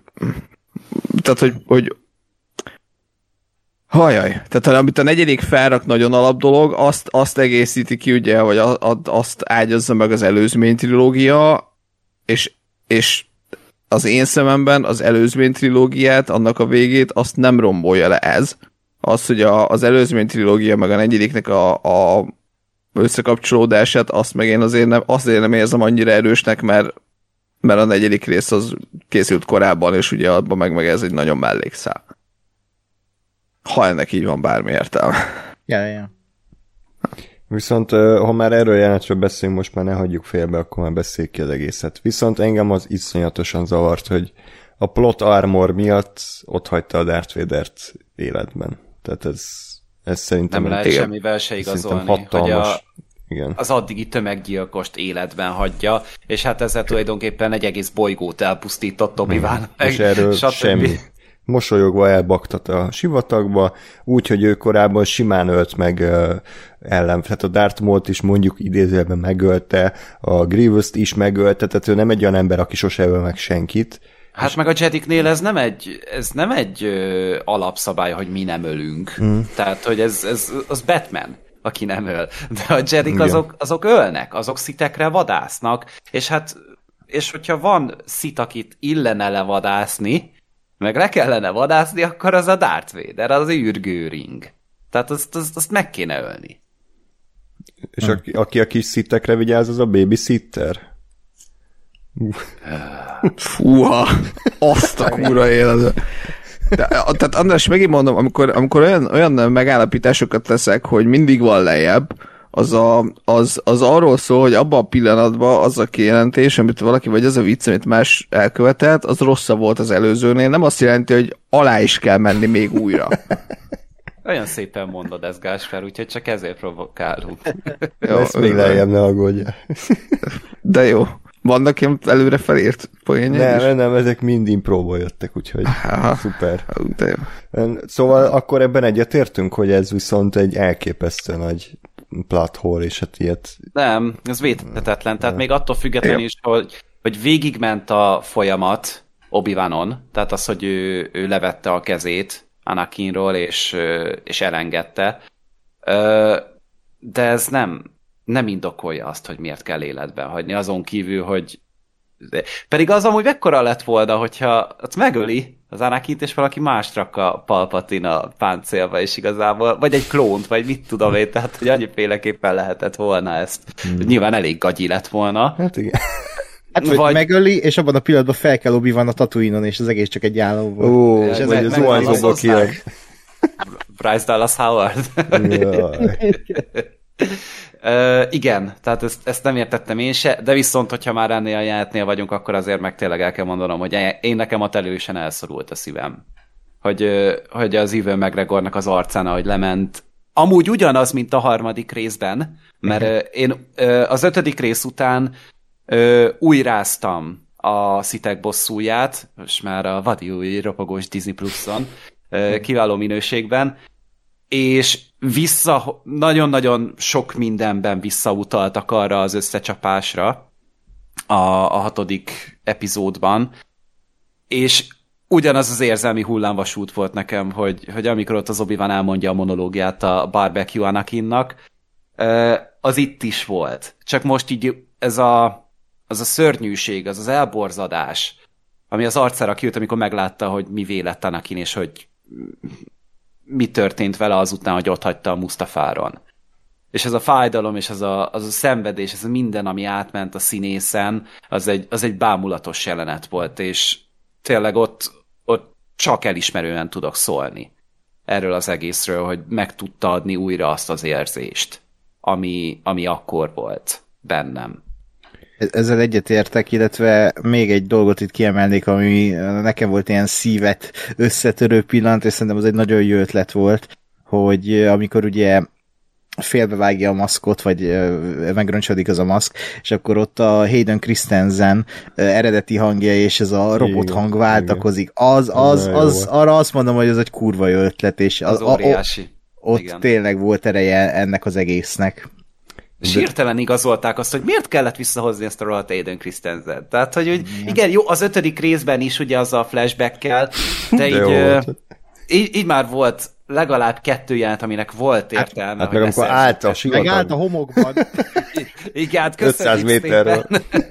hajaj, tehát amit a 4. felrak nagyon alap dolog, azt egészíti ki, ugye, hogy azt ágyazza meg az előzmény trilógia, és az én szememben az előzmény trilógiát, annak a végét, azt nem rombolja le ez. Az, hogy az előzmény trilógia meg a 4. a összekapcsolódását, azt meg én azért nem érzem annyira erősnek, mert a 4. rész az készült korábban, és ugye abban meg ez egy nagyon mellékszál. Ha ennek így van bármi értelme. Ja. Viszont ha már erről jelenetről beszélünk, most már ne hagyjuk félbe, akkor már beszéljük ki az egészet. Viszont engem az iszonyatosan zavart, hogy a plot armor miatt ott hagyta a Darth Vadert életben. Tehát ez szerintem... Nem lehet semmivel se igazolni, hatalmas, hogy igen. Az addigi tömeggyilkost életben hagyja, és hát ezzel tulajdonképpen egy egész bolygót elpusztított Obi-Wan. És erről semmi. Mosolyogva elbaktat a sivatagba, úgyhogy ő korábban simán ölt meg tehát a Darth Maul-t is mondjuk idézőjelben megölte, a Grievous-t is megölte, tehát ő nem egy olyan ember, aki sose öl meg senkit. Hát meg a Jediknél ez nem egy alapszabály, hogy mi nem ölünk. Tehát, hogy az Batman, aki nem öl. De a Jedik azok ölnek, azok szitekre vadásznak, és hogyha van szit, akit illene levadászni, meg le kellene vadászni, akkor az a Darth Vader, az űrgőring. Tehát azt meg kéne ölni. És aki a kis szitekre vigyáz, az a babysitter? Fúha, azt a kúra életet. Tehát András, megint mondom, amikor olyan megállapításokat teszek, hogy mindig van lejjebb, az arról szól, hogy abban a pillanatban az a kijelentés, amit valaki, vagy az a vicc, amit más elkövetett, az rosszabb volt az előzőnél. Nem azt jelenti, hogy alá is kell menni még újra. Olyan szépen mondod ezt, Gáspár, úgyhogy csak ezért provokálunk. Jó, ezt még lejjebb ne aggódja. De jó. Vannak ilyen előre felírt poénjai? Nem, ezek mind impróból jöttek, úgyhogy szuper. De jó. Szóval akkor ebben egyetértünk, hogy ez viszont egy elképesztő nagy plot hole, és hát ilyet... Nem, ez védhetetlen. Tehát még attól függetlenül is, hogy végigment a folyamat Obi-Wanon, tehát az, hogy ő levette a kezét Anakinról, és elengedte. De ez nem indokolja azt, hogy miért kell életben hagyni, azon kívül, hogy... Pedig az amúgy mekkora lett volna, hogyha ott megöli az Anakint, és valaki mást rak a Palpatine a páncélba, és igazából, vagy egy klónt, vagy mit tudom én, tehát, hogy annyiféleképpen lehetett volna ezt. Nyilván elég gagyi lett volna. Hát igen. Hát, vagy megöli, és abban a pillanatban fel kell Obi-Wan a Tatooine-on, és az egész csak egy álom volt. Ó, és vagy az zuhanyzóból kijön. Bryce Dallas Howard. Igen, tehát ezt nem értettem én se, de viszont, hogyha már ennél a jelenetnél vagyunk, akkor azért meg tényleg el kell mondanom, hogy én nekem ott elősen elszorult a szívem. Hogy az Ewan McGregornak az arcán, ahogy lement, amúgy ugyanaz, mint a harmadik részben, mert én az 5. rész után újráztam a Szitek bosszúját, most már a vadi új ropogós Disney Plus-on, kiváló minőségben, és nagyon-nagyon sok mindenben visszautaltak arra az összecsapásra a 6. epizódban, és ugyanaz az érzelmi hullámvasút volt nekem, hogy amikor ott az Obi-Wan elmondja a monológiát a Barbecue Anakinnak, az itt is volt. Csak most így az a szörnyűség, az elborzadás, ami az arcára kijött, amikor meglátta, hogy mi lett Anakin, és hogy mi történt vele azután, hogy ott hagyta a Mustafáron. És ez a fájdalom, és az a szenvedés, ez a minden, ami átment a színészen, az egy bámulatos jelenet volt, és tényleg ott csak elismerően tudok szólni erről az egészről, hogy meg tudta adni újra azt az érzést, ami akkor volt bennem. Ezzel egyetértek, illetve még egy dolgot itt kiemelnék, ami nekem volt ilyen szívet összetörő pillanat, és szerintem az egy nagyon jó ötlet volt, hogy amikor ugye félbevágja a maszkot, vagy megröncsodik az a maszk, és akkor ott a Hayden Christensen eredeti hangja, és ez a robot hang váltakozik. Arra azt mondom, hogy ez egy kurva jó ötlet, és az óriási. Ott igen. Tényleg volt ereje ennek az egésznek. És hirtelen igazolták azt, hogy miért kellett visszahozni ezt a rohadt Hayden Christensen. Tehát, hogy igen, jó, az 5. részben is ugye az a flashback-kel, de így már volt legalább 2 jelent, aminek volt értelme. Hát meg amikor állt a sivatag. Megállt a homokban. Igen, hát 500 méterről.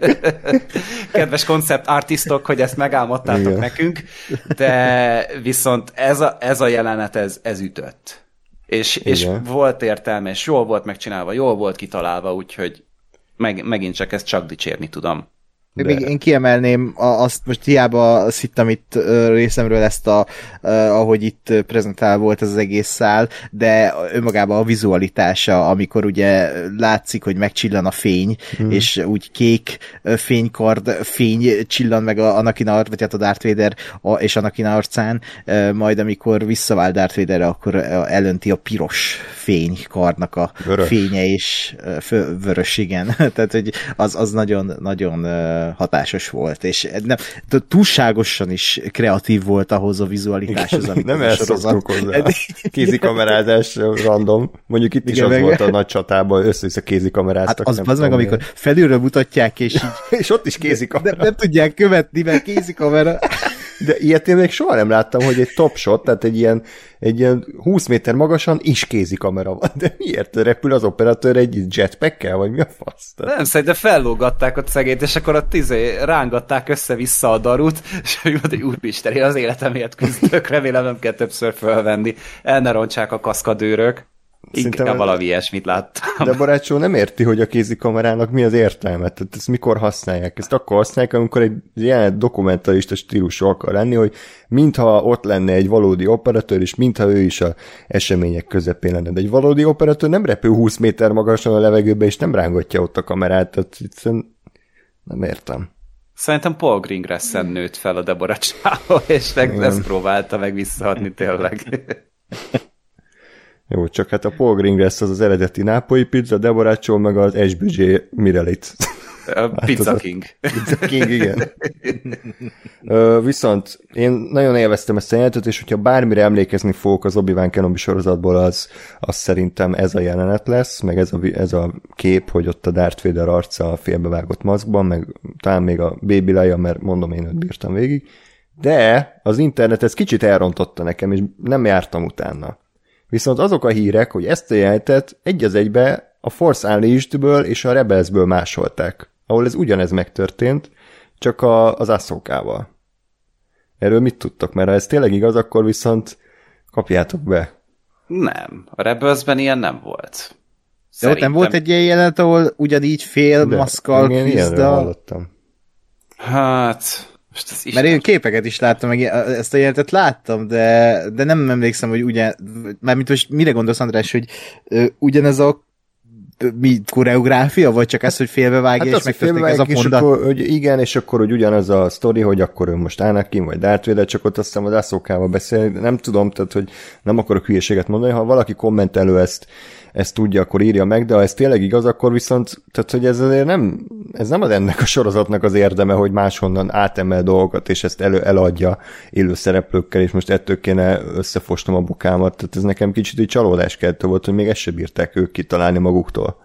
Kedves koncept artistok, hogy ezt megálmodtátok igen. nekünk, de viszont ez a jelenet, ez ütött. És volt értelme, és jól volt megcsinálva, jól volt kitalálva, úgyhogy megint csak ezt csak dicsérni tudom. De... Még én kiemelném azt, most hiába hittem itt részemről ezt ahogy itt prezentál volt ez az egész szál, de önmagában a vizualitása, amikor ugye látszik, hogy megcsillan a fény, és úgy kék fénykard, fény csillan meg a Anakin vagy hát a Darth Vader és Anakin arcán, majd amikor visszavál Darth Vaderre, akkor elönti a piros fénykardnak a vörös. Fénye, és vörös, igen. Tehát, hogy az nagyon hatásos volt, és nem, túlságosan is kreatív volt ahhoz a vizualitáshoz, amit nem a ezt sorozat. szoktuk hozzá. Kézikamerázás random. Mondjuk itt is Igen, az meg... volt a nagy csatában, össze-vissza kézikameráztak. Hát az meg, amikor felülről mutatják, és így... és ott is kézikamera. Nem tudják követni, mert kézikamera. De ilyet én még soha nem láttam, hogy egy top shot, tehát egy ilyen 20 méter magasan is kézikamera van. De miért repül az operatőr egy jetpackkel, vagy mi a fasz? Nem, szerintem fellógatták ott szegényt, és akkor ott rángatták össze-vissza a darut, és úgy mondta, hogy úristen, én az életemért küzdök, remélem nem kell többször fölvenni. El ne rontsák a kaszkadőrök. Inkább valami ilyesmit láttam. De Barácsó nem érti, hogy a kézikamerának mi az értelme. Tehát ezt mikor használják? Ezt akkor használják, amikor egy ilyen dokumentarista stílusú akar lenni, hogy mintha ott lenne egy valódi operatőr, és mintha ő is a események közepén lenne. De egy valódi operatőr nem repül 20 méter magasan a levegőbe, és nem rángatja ott a kamerát. Tehát nem értem. Szerintem Paul Greengrass-en nőtt fel a Deborah Chow, és ezt próbálta meg visszaadni tényleg. Jó, csak hát a Paul Greengrass az eredeti nápolyi pizza, Deborah Chow meg az SBJ Mirelit. A Pizza King. Pizza King, igen. Viszont én nagyon élveztem ezt a jelenetet, és hogyha bármire emlékezni fogok az Obi-Wan Kenobi sorozatból, az szerintem ez a jelenet lesz, meg ez a kép, hogy ott a Darth Vader arca a félbevágott maszkban, meg talán még a Baby Leia, mert mondom, én őt bírtam végig. De az internet ezt kicsit elrontotta nekem, és nem jártam utána. Viszont azok a hírek, hogy ezt a jelenetet egy az egybe a Force Unleashed-ből és a Rebelsből másolták, ahol ez ugyanez megtörtént, csak az Ahsokával. Erről mit tudtok? Mert ha ez tényleg igaz, akkor viszont kapjátok be. Nem. A Rebelsben ilyen nem volt. De ott nem volt egy ilyen jelenet, ahol ugyanígy fél maszkkal küzd hallottam. Hát... Mert én képeket is láttam, meg ezt a jelenetet láttam, de nem emlékszem, hogy mármint most mire gondolsz, András, hogy ugyanez a koreográfia, vagy csak ez, hogy félbevágja, hát és megtörténik ez a mondat? Akkor, hogy igen, és akkor hogy ugyanaz a sztori, hogy akkor ő most Anakin, vagy Darth Vader, csak ott azt hiszem az Ahsokával beszél, nem tudom, tehát, hogy nem akarok hülyeséget mondani, ha valaki kommentelő ezt tudja, akkor írja meg, de ha ez tényleg igaz, akkor viszont, tehát, hogy ez azért nem az ennek a sorozatnak az érdeme, hogy máshonnan átemel dolgokat, és ezt eladja élő szereplőkkel, és most ettől kéne összefosnom a bokámat, tehát ez nekem kicsit egy csalódáskeltő volt, hogy még ezt se bírták ők kitalálni maguktól.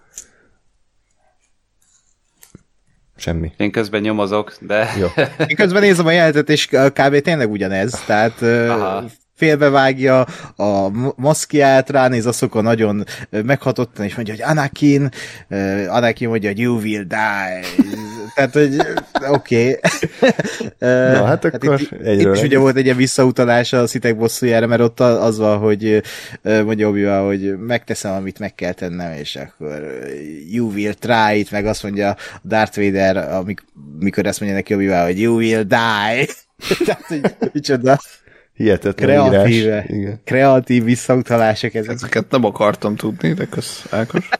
Semmi. Én közben nyomozok, de... Jó. Én közben nézem a jelenetet, és kb. Tényleg ugyanez, tehát... félbevágja a maszkját, ránéz Ahsoka nagyon meghatottan, és mondja, hogy Anakin mondja, hogy you will die. Tehát, hogy oké. Na, hát akkor itt is ugye volt egy ilyen visszautalás a Szitek bosszújára, mert ott az van, hogy mondja Obi-Wan, hogy megteszem, amit meg kell tennem, és akkor you will try it, meg azt mondja Darth Vader, mikor azt mondja neki Obi-Wan, hogy you will die. Tehát, hogy micsoda hihetetlen írás. Igen. Kreatív visszautalások ezek. Ezeket nem akartam tudni, de kösz, Ákos.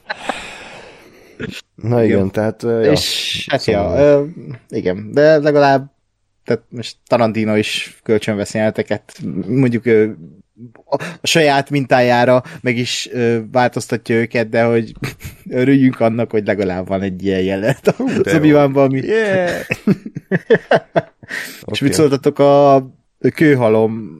Na igen, tehát... És hát igen, de legalább tehát most Tarantino is kölcsönvesz jeleneteket, mondjuk a saját mintájára meg is változtatja őket, de hogy örüljünk annak, hogy legalább van egy ilyen jelenet az Obi-Wanban, ami... Yeah. És mit szóltatok a kőhalom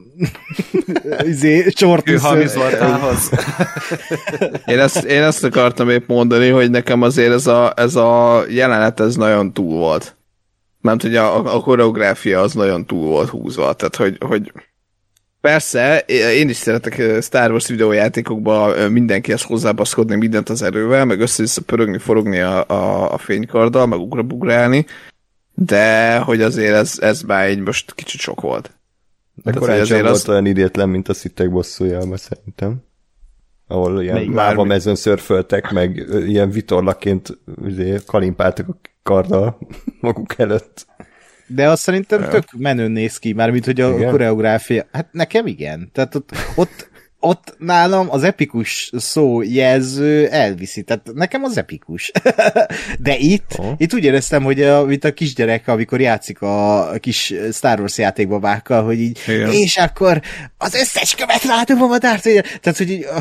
Kőhalmizoltához. Én ezt akartam épp mondani, hogy nekem azért ez a jelenet ez nagyon túl volt. Mert hogy a koreográfia az nagyon túl volt húzva. Tehát, hogy persze, én is szeretek Star Wars videójátékokban mindenkihez hozzábaszkodni mindent az erővel, meg össze-vissza pörögni, forogni a fénykarddal, meg ugrabugrálni, de hogy azért ez már egy most kicsit sok volt. De korán sem volt olyan idétlen, mint a Szitek bosszújában, szerintem. ahol ilyen lávamezőn szörföltek, meg ilyen vitorlaként kalimpáltak a karddal maguk előtt. De azt szerintem tök menőn néz ki, mármint hogy a koreográfia. Hát nekem igen. Tehát ott nálam az epikus szó jelző elviszi. Tehát nekem az epikus. De itt úgy éreztem, hogy mint a kisgyerek, amikor játszik a kis Star Wars játékbabákkal, hogy így, és akkor az összes követ rádobom a Darth Vader. Tehát, hogy így,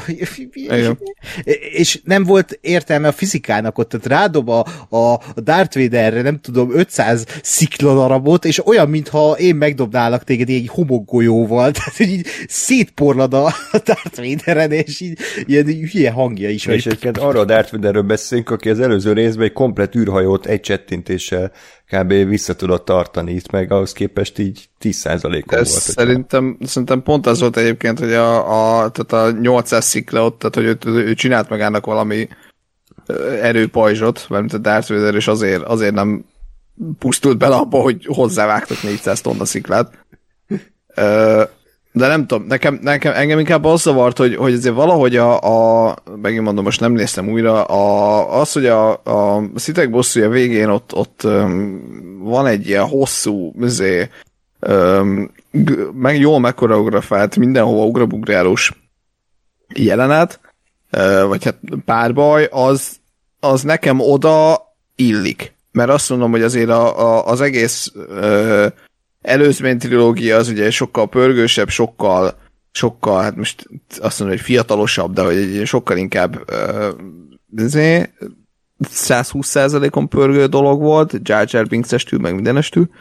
és nem volt értelme a fizikának ott, tehát rádob a Darth Vaderre, nem tudom, 500 szikladarabot, és olyan, mintha én megdobnálak téged egy homokgolyóval, tehát, hogy így szétporlad a Darth Vaderen, és így ilyen hülye hangja is. És egyébként arra a Darth Vaderről beszélünk, aki az előző részben egy komplett űrhajót egy csettintéssel kb. Vissza tudott tartani, itt meg ahhoz képest így 10%-on volt. Szerintem pont az volt egyébként, hogy tehát a 800 szikla ott, tehát hogy ő csinált magának valami erőpajzsot, mert a Darth Vader, és azért nem pusztult bele abba, hogy hozzávágtak 400 tonna sziklát. De nem tudom, engem inkább az zavart, hogy azért valahogy megint mondom, most nem néztem újra, az, hogy a Szitek bosszúja végén ott van egy ilyen hosszú, jól megkoreografált, mindenhova ugrabugrálós jelenet, vagy hát párbaj, az nekem oda illik. Mert azt mondom, hogy azért az egész előzmény trilógia az ugye sokkal pörgősebb, sokkal, hát most azt mondom, hogy fiatalosabb, de hogy egy sokkal inkább 120%-on pörgő dolog volt, Jar Jar Binks-estül, meg mindenestül.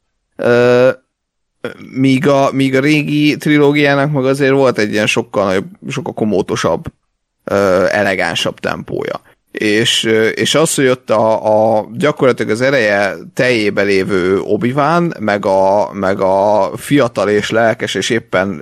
Míg a régi trilógiának meg azért volt egy ilyen sokkal nagyobb, sokkal komótosabb, elegánsabb tempója. És az, hogy ott gyakorlatilag az ereje teljébe lévő Obi-Wan, meg a fiatal és lelkes, és éppen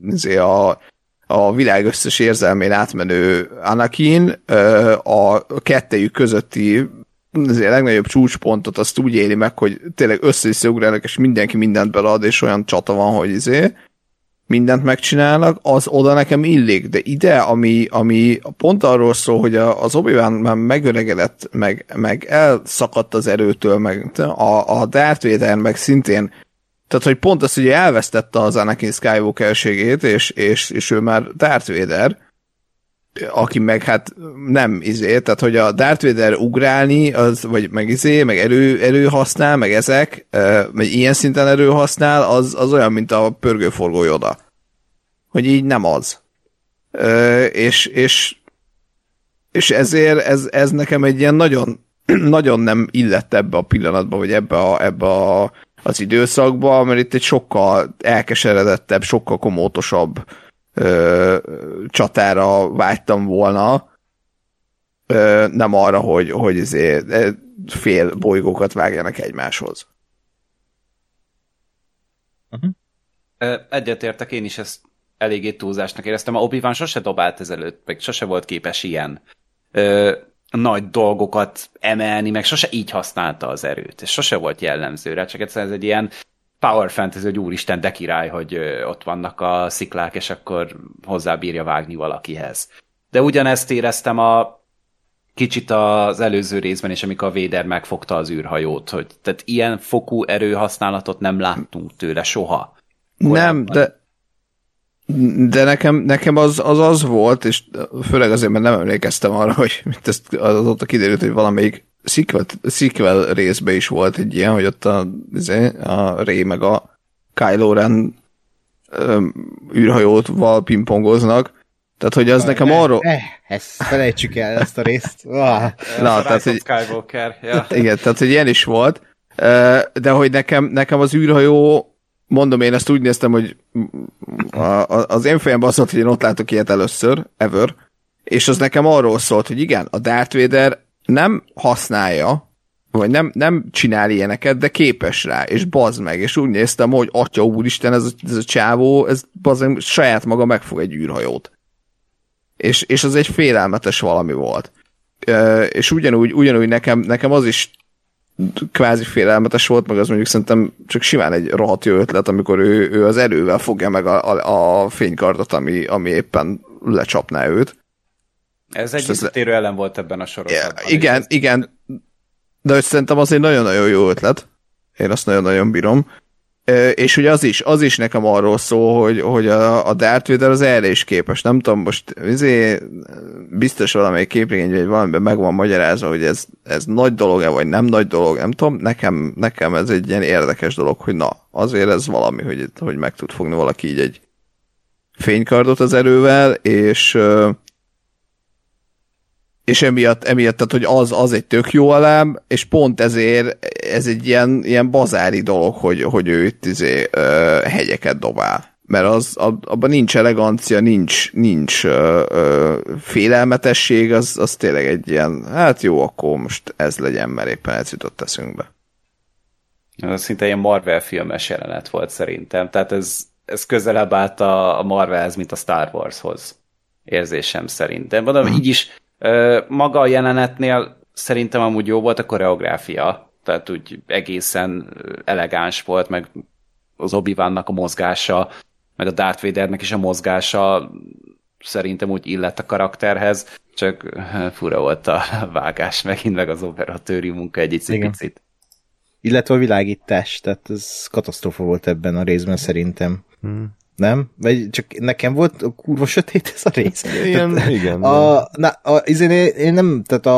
a világ összes érzelmén átmenő Anakin a kettejük közötti legnagyobb csúcspontot azt úgy éli meg, hogy tényleg össze-visszaugrálnak, és mindenki mindent belead, és olyan csata van, hogy mindent megcsinálnak, az oda nekem illik, de ide, ami pont arról szól, hogy az Obi-Wan már megöregedett, meg elszakadt az erőtől, meg a Darth Vader meg szintén, tehát hogy pont az, hogy elvesztette az Anakin Skywalker-ségét, és ő már Darth Vader, aki meg hát nem tehát hogy a Darth Vader ugrálni, az, vagy meg meg erő használ, meg ezek, vagy ilyen szinten erő használ, az olyan, mint a pörgőforgó Yoda. Hogy így nem az. És ezért ez nekem egy ilyen nagyon, nagyon nem illett ebbe a pillanatba, vagy ebbe az időszakba, mert itt egy sokkal elkeseredettebb, sokkal komótosabb csatára vágytam volna, nem arra, hogy fél bolygókat vágjanak egymáshoz. Egyetértek, én is ezt eléggé túlzásnak éreztem. A Obi-Wan sose dobált ezelőtt, meg sose volt képes ilyen nagy dolgokat emelni, meg sose így használta az erőt. Ez sose volt jellemző rá, csak egyszerűen ez egy ilyen power fantasy, hogy úristen, de király, hogy ott vannak a sziklák, és akkor hozzábírja vágni valakihez. De ugyanezt éreztem kicsit az előző részben is, amikor a Vader megfogta az űrhajót, hogy tehát ilyen fokú erőhasználatot nem láttunk tőle soha. Nem, de nekem az volt, és főleg azért, mert nem emlékeztem arra, hogy azóta kiderült, hogy valamelyik sequel részben is volt egy ilyen, hogy ott a Rey meg a Kylo Ren űrhajótval pingpongoznak. Tehát, hogy az nekem arról... Ezt felejtsük el, ezt a részt. Na, tehát, hogy... Skywalker, ja. Igen, tehát, hogy ilyen is volt. De hogy nekem az űrhajó, mondom, én ezt úgy néztem, hogy az én fejemben az volt, hogy én ott látok ilyet először, ever, és az nekem arról szólt, hogy igen, a Darth Vader nem használja, vagy nem csinál ilyeneket, de képes rá, és bazd meg, és úgy néztem, hogy atya úristen, ez a csávó, ez bazd meg, saját maga megfog egy űrhajót. És az egy félelmetes valami volt. És ugyanúgy nekem az is kvázi félelmetes volt, meg az mondjuk szerintem csak simán egy rohadt jó ötlet, amikor ő az erővel fogja meg a fénykardot, ami éppen lecsapná őt. Ez egy visszatérő ellen volt ebben a sorozatban. Igen, de szerintem azért nagyon-nagyon jó ötlet. Én azt nagyon-nagyon bírom. És ugye az is nekem arról szól, hogy a Darth Vader az erre is képes. Nem tudom, most biztos valamelyik képregény, vagy valamiben meg van magyarázva, hogy ez nagy dolog-e, vagy nem nagy dolog, nem tudom. Nekem ez egy ilyen érdekes dolog, hogy na, azért ez valami, hogy meg tud fogni valaki így egy fénykardot az erővel, és emiatt, tehát, hogy az egy tök jó alám, és pont ezért ez egy ilyen bazári dolog, hogy ő itt hegyeket dobál. Mert abban nincs elegancia, nincs félelmetesség, az tényleg egy ilyen, hát jó, akkor most ez legyen, mert éppen ez jutott eszünkbe. Ez szinte ilyen Marvel filmes jelenet volt szerintem, tehát ez közelebb állt a Marvelhez, mint a Star Warshoz, érzésem szerint. De mondom, így is maga a jelenetnél szerintem amúgy jó volt a koreográfia, tehát úgy egészen elegáns volt, meg az Obi-Wannak a mozgása, meg a Darth Vadernek is a mozgása szerintem úgy illett a karakterhez, csak fura volt a vágás megint, meg az operatőri munka egy picit. Illetve a világítás, tehát ez katasztrófa volt ebben a részben szerintem. Nem? Vagy csak nekem volt a kurva sötét ez a rész? Igen. Én nem, tehát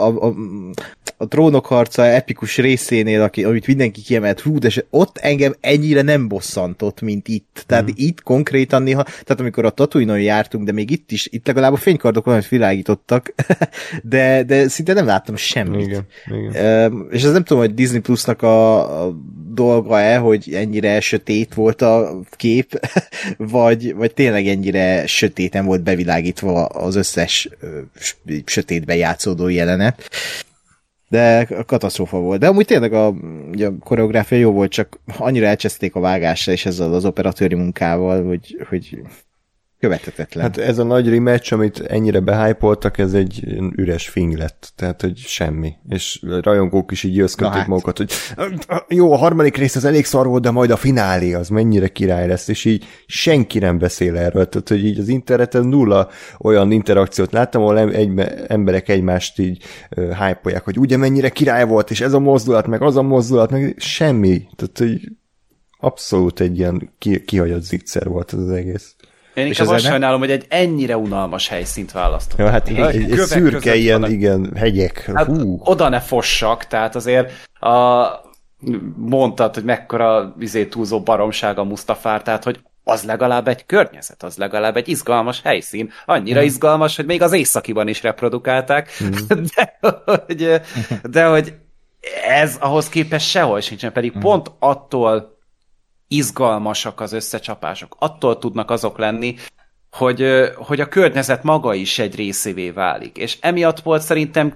a Trónok harca epikus részénél, amit mindenki kiemelt, de ott engem ennyire nem bosszantott, mint itt. Tehát itt konkrétan néha, tehát amikor a Tatooine-on jártunk, de még itt legalább a fénykardok valamit világítottak, de szinte nem láttam semmit. Igen. És ez nem tudom, hogy Disney Plusnak a dolga-e, hogy ennyire sötét volt a kép, vagy tényleg ennyire sötéten volt bevilágítva az összes sötétben játszódó jelenet. De katasztrófa volt. De amúgy tényleg a koreográfia jó volt, csak annyira elcseszték a vágásra és ezzel az operatőri munkával, hogy követhetetlen. Hát ez a nagy rematch, amit ennyire behypoltak, ez egy üres fing lett. Tehát, hogy semmi. És rajongók is így jöszködték magukat, hogy jó, a harmadik rész az elég szar volt, de majd a finálé az mennyire király lesz, és így senki nem beszél erről. Tehát, hogy így az interneten nulla olyan interakciót láttam, ahol emberek egymást így hypolják, hogy ugye mennyire király volt, és ez a mozdulat, meg az a mozdulat, meg semmi. Tehát, hogy abszolút egy ilyen kihagyott zicser volt az egész. Én inkább azt sajnálom, hogy egy ennyire unalmas helyszínt választottak. Ja, hát egy szürke ilyen, igen, hegyek. Hát oda ne fossak, tehát azért mondtad, hogy mekkora túlzó baromság a Mustafár, tehát hogy az legalább egy környezet, az legalább egy izgalmas helyszín. Annyira izgalmas, hogy még az északiban is reprodukálták, de hogy ez ahhoz képest sehol sincsen, pedig pont attól izgalmasak az összecsapások. Attól tudnak azok lenni, hogy a környezet maga is egy részévé válik. És emiatt volt szerintem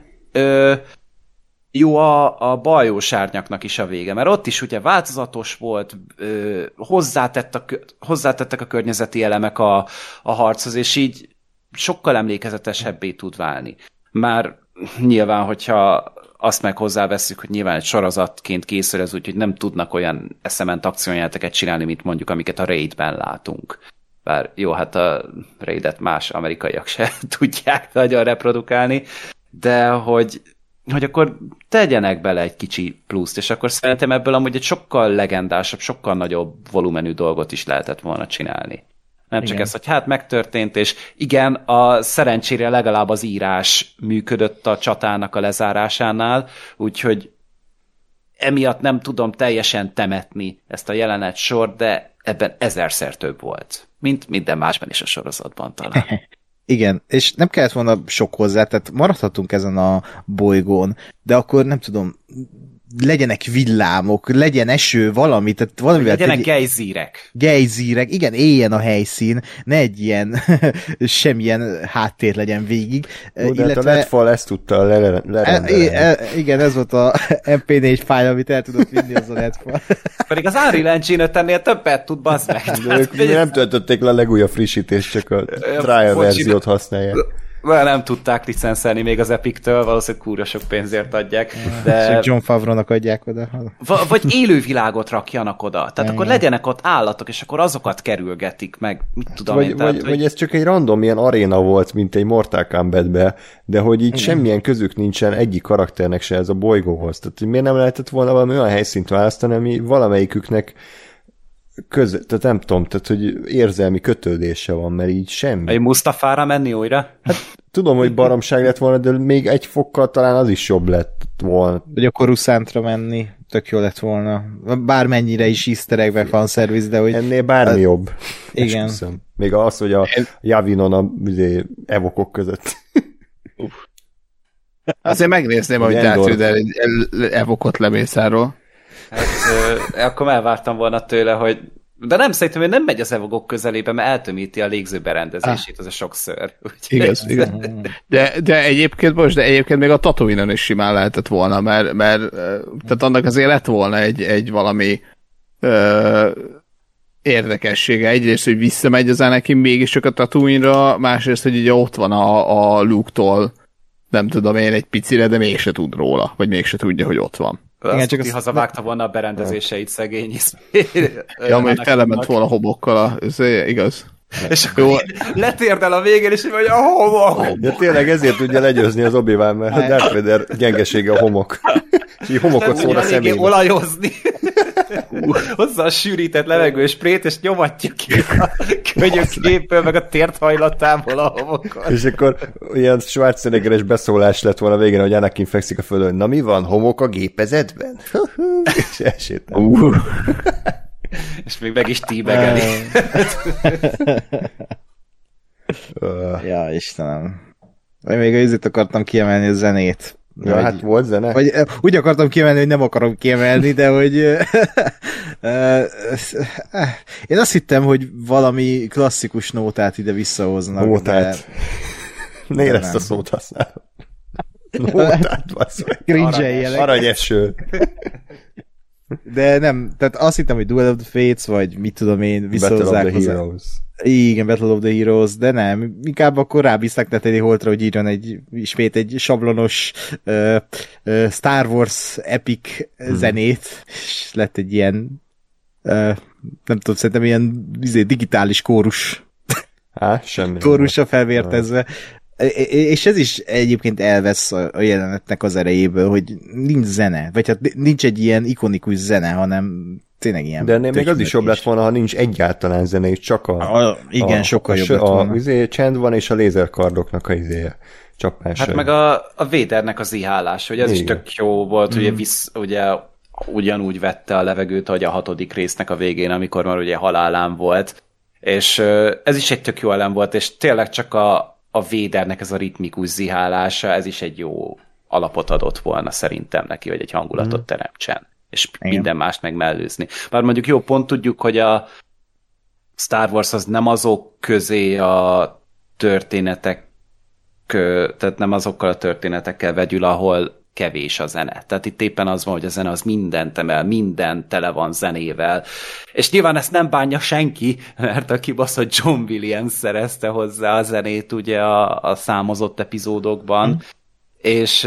jó a bajósárnyaknak is a vége, mert ott is ugye változatos volt, hozzátettek a környezeti elemek a harchoz, és így sokkal emlékezetesebbé tud válni. Már nyilván, hogyha azt meg hozzávesszük, hogy nyilván egy sorozatként készül ez úgy, hogy nem tudnak olyan eszement akciójáteket csinálni, mint mondjuk, amiket a Raidben látunk. Bár jó, hát a Raidet más amerikaiak se tudják nagyon reprodukálni, de hogy akkor tegyenek bele egy kicsi pluszt, és akkor szerintem ebből amúgy egy sokkal legendásabb, sokkal nagyobb volumenű dolgot is lehetett volna csinálni. Nem csak ez, hogy hát megtörtént, és igen, a szerencsére legalább az írás működött a csatának a lezárásánál, úgyhogy emiatt nem tudom teljesen temetni ezt a jelenet sort, de ebben 1000-szer több volt, mint minden másban is a sorozatban talán. Igen, és nem kellett volna sok hozzá, tehát maradhatunk ezen a bolygón, de akkor nem tudom, legyenek villámok, legyen eső, valami, tehát valamivel... Legyenek gejzírek. Gejzírek, igen, éljen a helyszín, ne egy ilyen semmilyen háttér legyen végig. De a Letfall ezt tudta lerendelni. Igen, ez volt a MP4 fájl, amit el tudott vinni az a Letfall. Pedig az Unreal Engine 5-ennél többet tud, bazd meg. De ők nem töltötték le a legújabb frissítést, csak a trial verziót használják. Nem tudták licenszelni még az Epic-től, valószínűleg kúra sok pénzért adják. De... John Favreau-nak adják oda. Vagy élővilágot rakjanak oda. Tehát akkor legyenek ott állatok, és akkor azokat kerülgetik meg. Mit tudom én. Vagy ez csak egy random ilyen aréna volt, mint egy Mortal Kombatbe, de hogy így semmilyen közük nincsen egyik karakternek se ez a bolygóhoz. Tehát hogy miért nem lehetett volna valami olyan helyszínt választani, ami valamelyiküknek tehát nem tudom, tehát hogy érzelmi kötődése van, mert így semmi. Egy Mustafára menni újra? Hát tudom, hogy baromság lett volna, de még egy fokkal talán az is jobb lett volna. Vagy a Coruscantra menni, tök jó lett volna. Bármennyire is easter egg, meg fanservice, de hogy... Ennél bármi jobb. Igen. Esküszöm. Még az, hogy a Yavinon a evokok között. Azért megnézném, hogy Darth Vader egy evokot lemészáról. Hát, akkor elvártam volna tőle, hogy de nem, szerintem, hogy nem megy az evogok közelébe, mert eltömíti a légző berendezését, az a sok szőr. Igaz. De egyébként még a Tatooine-on is simán lehetett volna, mert tehát annak azért lett volna egy valami érdekessége. Egyrészt, hogy visszamegy az Anakin mégiscsak a Tatooine-ra, másrészt, hogy ugye ott van a Luke-tól, nem tudom én, egy picire, de mégse tud róla, vagy mégse tudja, hogy ott van. Igen, csak hazavágta volna a berendezéseit szegény. Ja, még telement volna homokkal, ez igaz. És akkor letérdel a végén, és vagy a homok! Ja, tényleg ezért tudja legyőzni az Obi-Wan, mert a Darth Vader gyengesége a homok. És így homokot szól a személybe. Olajozni. Hozzá a sűrített levegősprét, és nyomatja ki a könyöképből, meg a térthajlatából a homokot. És akkor ilyen Schwarzeneggeres beszólás lett volna végén, hogy Anakin fekszik a földön. Na mi van, homok a gépezetben? És elsétál. És még meg is tíbegeli. Ja, Istenem. Még azért akartam kiemelni a zenét. Ja, vagy, hát volt zene? Vagy úgy akartam kiemelni, hogy nem akarom kiemelni, de hogy én azt hittem, hogy valami klasszikus nótát ide visszahoznak. Nótát. De... Ne ezt a szót használom. Nótát, basszol. Aranyeső. De nem, tehát azt hittem, hogy Duel of the Fates, vagy mit tudom én, visszahozzák Battle of the Heroes. Igen, Battle of the Heroes, de nem, inkább akkor rábízták Natalie Holtra, hogy írjon ismét egy sablonos Star Wars epic zenét, és lett egy ilyen nem tudom, szerintem ilyen digitális kórus. Semmi. Kórusra felvértezve. És ez is egyébként elvesz a jelenetnek az erejéből, hogy nincs zene, vagy hát nincs egy ilyen ikonikus zene, hanem tényleg ilyen... De ennél még az is jobb lett volna, ha nincs egyáltalán zene, és csak igen, sokkal jobb lett volna. Csend van, és a lézerkardoknak a csapása. Hát meg a Vadernek az ihálás, hogy ez is tök jó volt, ugye ugyanúgy vette a levegőt, hogy a 6. résznek a végén, amikor már ugye halálán volt, és ez is egy tök jó elem volt, és tényleg csak a Vadernek ez a ritmikus zihálása, ez is egy jó alapot adott volna szerintem neki, hogy egy hangulatot teremtsen, és minden mást meg mellőzni. Bár mondjuk jó, pont tudjuk, hogy a Star Wars az nem azok közé a történetek, tehát nem azokkal a történetekkel vegyül, ahol kevés a zene. Tehát itt éppen az van, hogy a zene az mindent emel, minden tele van zenével. És nyilván ezt nem bánja senki, mert a kibaszott John Williams szerezte hozzá a zenét ugye a számozott epizódokban, és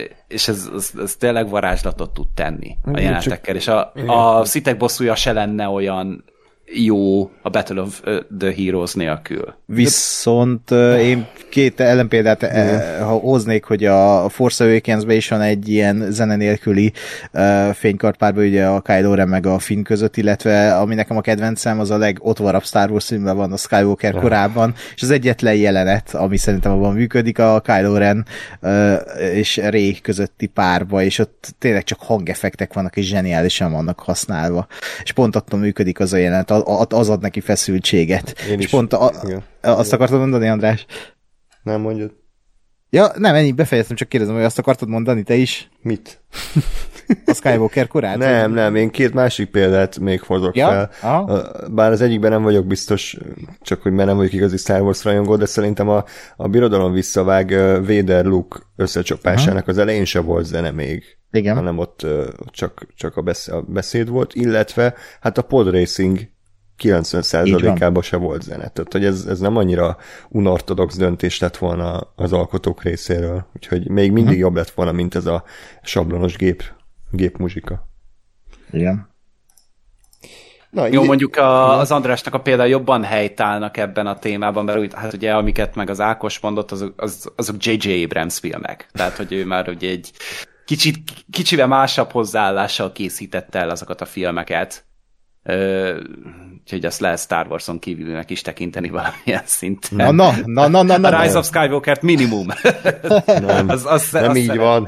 ez tényleg varázslatot tud tenni a jelenetekkel. És a Sithek bosszúja se lenne olyan jó a Battle of the Heroes nélkül. Viszont én két ellenpéldát ha hoznék, hogy a Force Awakens-ben is van egy ilyen zene nélküli fénykartpárban, ugye a Kylo Ren meg a Finn között, illetve ami nekem a kedvencem, az a legotvarabb Star Wars filmben van a Skywalker korában, és az egyetlen jelenet, ami szerintem abban működik, a Kylo Ren és Rey közötti párba, és ott tényleg csak hangeffektek vannak, és zseniálisan vannak használva. És pont attól működik az a jelenet, az ad neki feszültséget. És pont azt akartad mondani, András? Nem mondjad. Ja, nem, ennyi, befejeztem, csak kérdezem, hogy azt akartad mondani te is? Mit? A Skywalker korát? Nem, én két másik példát még hozok fel. Bár az egyikben nem vagyok biztos, csak hogy mert nem vagyok igazi Star Wars rajongó, de szerintem a birodalom visszavág Vader Luke összecsapásának az elején se volt zene még. Igen. Hanem ott csak a beszéd volt, illetve hát a pod racing 90%-ában se volt zene. Tehát, hogy ez nem annyira unortodox döntés lett volna az alkotók részéről. Úgyhogy még mindig jobb lett volna, mint ez a sablonos gépmuzsika. Igen. Na, jó, mondjuk az Andrásnak a például jobban helytállnak ebben a témában, mert úgy, hát ugye amiket meg az Ákos mondott, azok J.J. Abrams filmek. Tehát, hogy ő már ugye egy kicsivel másabb hozzáállással készítette el azokat a filmeket. Úgyhogy azt lehet Star Wars-on kívülnek is tekinteni valamilyen szinten. Na. A Rise of Skywalker-t minimum. Nem így van.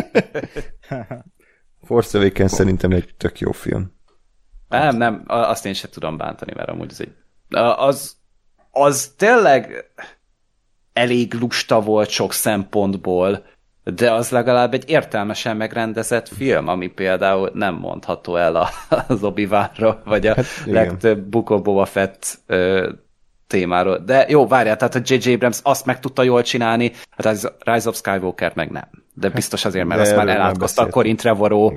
Force Awakens szerintem egy tök jó film. Nem, azt én sem tudom bántani, mert amúgy az tényleg elég lusta volt sok szempontból, de az legalább egy értelmesen megrendezett film, ami például nem mondható el az Obi-Wanról, vagy a legtöbb Book of Boba Fett témáról. De jó, várjál, tehát a J.J. Abrams azt meg tudta jól csinálni, hát a Rise of Skywalker meg nem. De biztos azért, mert azt már elátkozta a Corin Trevorrow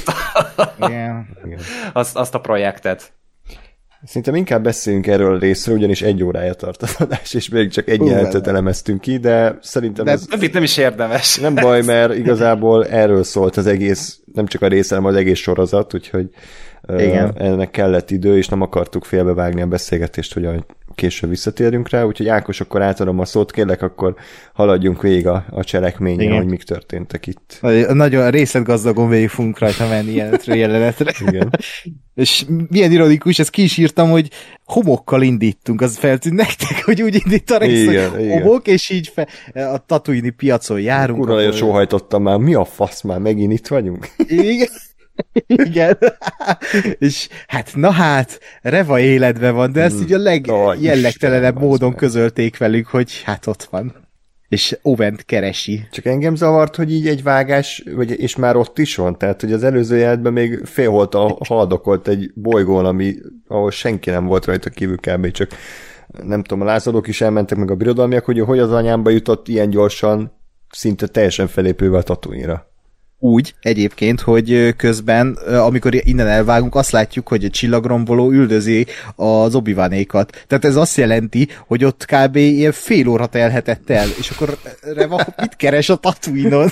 azt a projektet. Szerintem inkább beszéljünk erről a részről, ugyanis 1 órája tart az adás, és még csak egy jelentet elemeztünk ki, de szerintem ez nem is érdemes. Nem baj, mert igazából erről szólt az egész, nem csak a rész, hanem az egész sorozat, úgyhogy ennek kellett idő, és nem akartuk félbevágni a beszélgetést, hogy később visszatérjünk rá, úgyhogy Ákos, akkor átadom a szót, kérlek, akkor haladjunk végig a cselekményen, hogy mik történtek itt. Nagyon részletgazdagon végig fogunk rajta menni jelenetre. Igen. És milyen ironikus, ezt ki is írtam, hogy homokkal indítunk, az feltűnt nektek, hogy úgy indít a rész, hogy homok, és így a Tatooine-i piacon járunk. Kurva nagyon sóhajtottam már, mi a fasz, már megint itt vagyunk? Igen. Igen. És hát, Reva életben van, de ezt így a legjellegtelenebb módon közölték velük, hogy hát ott van. És Ovent keresi. Csak engem zavart, hogy így egy vágás, és már ott is van, tehát hogy az előző jelenetben még félholtan haldokolt egy bolygón, ahol senki nem volt rajta kívül kb. Csak nem tudom, a lázadók is elmentek, meg a birodalmiak, hogy az anyámba jutott ilyen gyorsan, szinte teljesen felépülve a Tatooine-ra. Úgy egyébként, hogy közben, amikor innen elvágunk, azt látjuk, hogy a csillagromboló üldözi az Obi-Wanékat. Tehát ez azt jelenti, hogy ott kb. Ilyen fél óra telhetett el, és akkor Reva mit keres a Tatooine-on?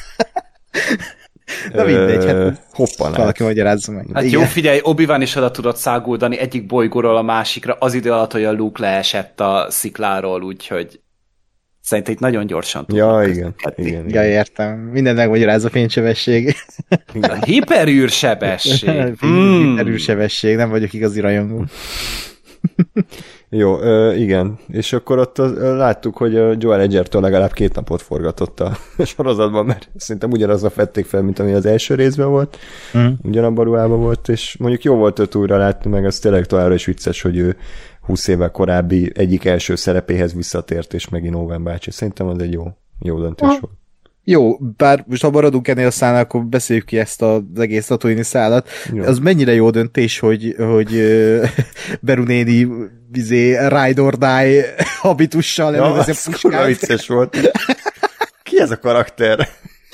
Na mindegy, hát hoppanát. Valaki magyarázza meg. Hát igen. Jó, figyelj, Obi-Wan is oda tudott száguldani egyik bolygóról a másikra, az idő alatt, hogy a Luke leesett a szikláról, úgyhogy szerintem itt nagyon gyorsan tudunk. Ja, igen. Ja, értem. Minden megmagyaráz a fénysebesség. Hiperűrsebesség. Hiperűrsebesség, nem vagyok igazi rajongó. Jó, igen. És akkor ott láttuk, hogy Joel Edgerton legalább 2 napot forgatott a sorozatban, mert szerintem ugyanazra fették fel, mint ami az első részben volt. Ugyanabban a ruhában volt, és mondjuk jó volt őt újra látni, meg az tényleg továbbra is vicces, hogy ő 20 évvel korábbi egyik első szerepéhez visszatért, és megint Owen bácsi. Szerintem az egy jó döntés volt. Jó, bár most ha maradunk ennél a szálnál, akkor beszéljük ki ezt az egész Tatooine szállat. Jó. Az mennyire jó döntés, hogy Beru néni ride or die habitussal elővezi a puskát. Vicces volt. Ki ez a karakter?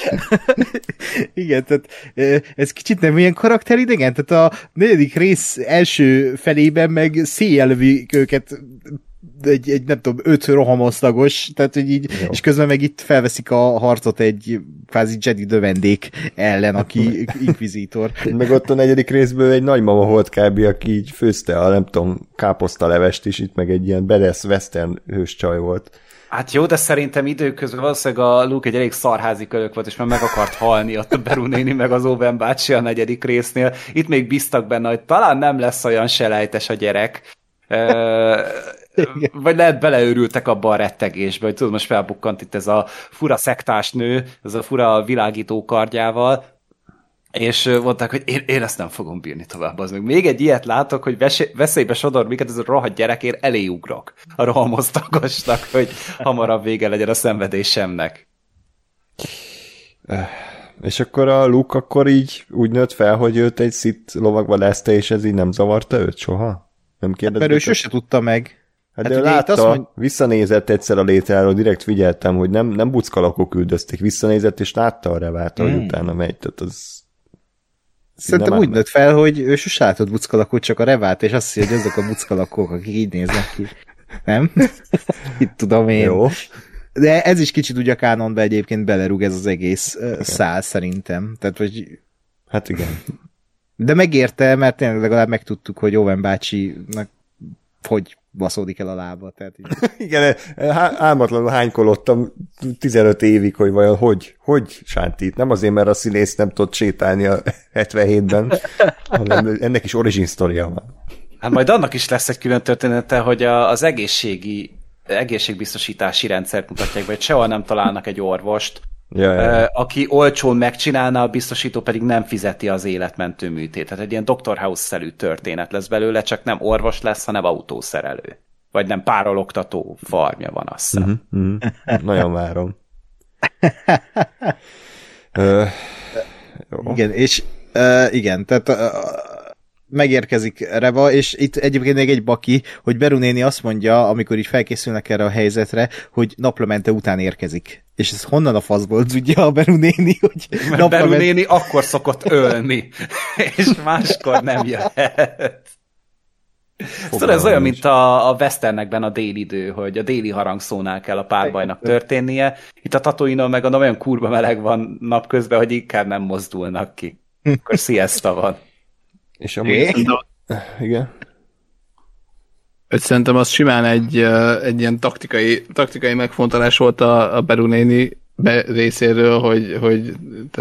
Igen, tehát ez kicsit nem ilyen karakteridegen, tehát a 4. rész első felében meg széjjelövik őket egy nem tudom, 5 rohamosztagos, tehát hogy így, és közben meg itt felveszik a harcot egy kvázi Jedi dövendék ellen, aki inkvizítor. Meg ott a 4. részből egy nagymama volt kb., aki így főzte a nem tudom, káposztalevest is, itt meg egy ilyen badass western hős csaj volt. Hát jó, de szerintem időközben valószínűleg a Luke egy elég szarházi kölök volt, és már meg akart halni ott a Beru néni, meg az Owen bácsi a 4. résznél. Itt még bíztak benne, hogy talán nem lesz olyan selejtes a gyerek. Vagy lehet beleőrültek abba a rettegésbe, hogy tudod, most felbukkant itt ez a fura szektás nő, ez a fura világító kardjával, és mondták, hogy én ezt nem fogom bírni tovább. Az meg még egy ilyet látok, hogy veszélybe sodor minket, ez a rohadt gyerek, én eléugrok a rohamosztagosnak, hogy hamarabb vége legyen a szenvedésemnek. És akkor a Luke akkor így úgy nőtt fel, hogy őt egy Sith lovagvadászta, és ez így nem zavarta őt soha? Nem kérdezett? Mert ő sose tudta meg. Hát de látta, visszanézett egyszer a létráról, direkt figyeltem, hogy nem buckalakok üldözték, visszanézett, és látta a Revát, hogy utána megy, tehát az Szerintem úgy nőtt fel, hogy ő sose látott buckalakót, csak a Revát, és azt hiszi, hogy azok a buckalakók, akik így néznek ki. Nem? Itt tudom én. Jó. De ez is kicsit ugye a kánonba egyébként belerúg ez az egész szál szerintem. Tehát, hogy... Hát igen. De megérte, mert tényleg legalább megtudtuk, hogy Owen bácsinak hogy baszódik el a lába. Tehát így... Igen, álmatlanul hánykolottam 15 évig, hogy vajon hogy sántít. Nem azért, mert a színész nem tudott sétálni a 77-ben, hanem ennek is origin sztoria van. Hát majd annak is lesz egy külön története, hogy az egészségbiztosítási rendszert mutatják be, hogy sehol nem találnak egy orvost, aki olcsón megcsinálna, a biztosító pedig nem fizeti az életmentő műtét. Tehát egy ilyen Dr. House-szerű történet lesz belőle, csak nem orvos lesz, hanem autószerelő. Vagy nem párologtató farmja van, azt hiszem. Nagyon várom. Igen, és igen, tehát megérkezik Reva, és itt egyébként még egy baki, hogy Beru néni azt mondja, amikor így felkészülnek erre a helyzetre, hogy naplemente után érkezik. És ez honnan a faszból tudja a Beru néni, hogy Beru néni akkor szokott ölni, és máskor nem jöhet. Szóval ez olyan, mint a westernekben a déli idő, hogy a déli harangszónál kell a párbajnak történnie. Itt a Tatooine-on meg olyan kurva meleg van napközben, hogy inkább nem mozdulnak ki. Akkor siesta van. És amúgy... Igen. Szerintem az simán egy ilyen taktikai megfontolás volt a Beru néni részéről, hogy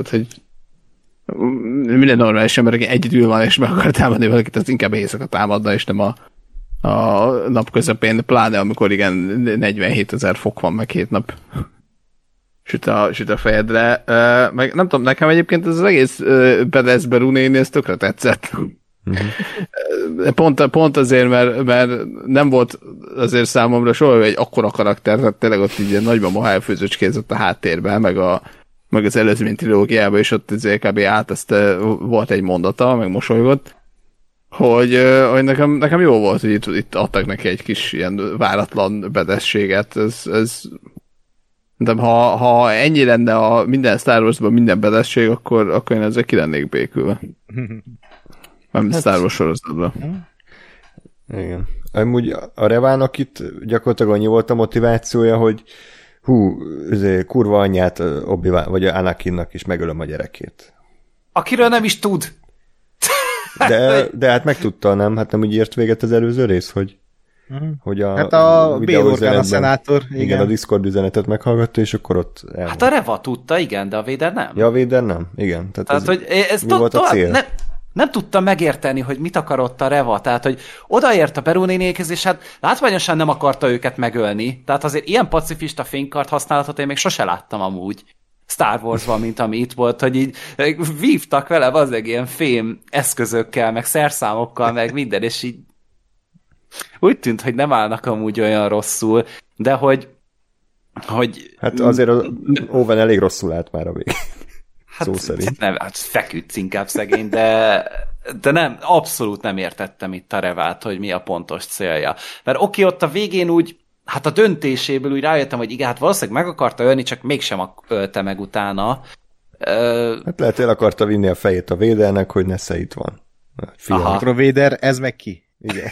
minden normális ember, aki egyedül van, és meg akar támadni valakit, az inkább éjszaka támadna, és nem a nap közepén, pláne amikor igen 47 000 fok van, meg 2 nap süt a fejedre. Meg nem tudom, nekem egyébként ez az egész Badass Beru néni, ez tökre tetszett. Pont azért, mert nem volt azért számomra soha egy akkora karakter, tehát tényleg ott így nagyban mohály főzőcskézott a háttérben, meg az előzmény trilógiában, és ott az kb. Volt egy mondata, meg mosolygott, hogy nekem jó volt, hogy itt adtak neki egy kis ilyen váratlan bedességet. De ha ennyi lenne a minden Star Wars-ban minden bedesség, akkor én ezzel ki lennék békülve. Nem Star Wars sorozatban. Igen. Amúgy a Revának itt gyakorlatilag annyi volt a motivációja, hogy kurva anyját Obi-Wan, vagy Anakinnak is megölöm a gyerekét. Akiről nem is tud. De hát megtudta, nem? Hát nem úgy ért véget az előző rész, hogy hát a B-Organa szenátor, igen, a Discord üzenetet meghallgatta, és akkor ott elmondta. Hát a Reva tudta, igen, de a Vader nem. Ja, a Vader nem, igen. Tehát hogy ez mi volt a cél? Nem tudtam megérteni, hogy mit akarott a Reva, tehát, hogy odaért a Beru néniékhez, és hát látványosan nem akarta őket megölni, tehát azért ilyen pacifista fénykart használatot én még sose láttam amúgy Star Wars-ban, mint ami itt volt, hogy így vívtak vele az ilyen fém eszközökkel, meg szerszámokkal, meg minden, és így úgy tűnt, hogy nem állnak amúgy olyan rosszul, de hogy hát azért Owen elég rosszul állt már a végén. Hát, szó szerint. Nem, hát feküdsz inkább szegény, de nem, abszolút nem értettem itt a Revát, hogy mi a pontos célja. Mert oké, ott a végén úgy, hát a döntéséből úgy rájöttem, hogy igen, hát valószínűleg meg akarta ölni, csak mégsem ölte meg utána. Hát lehet el akarta vinni a fejét a Vadernek, hogy Nesze itt van. A Vader, ez meg ki? Igen.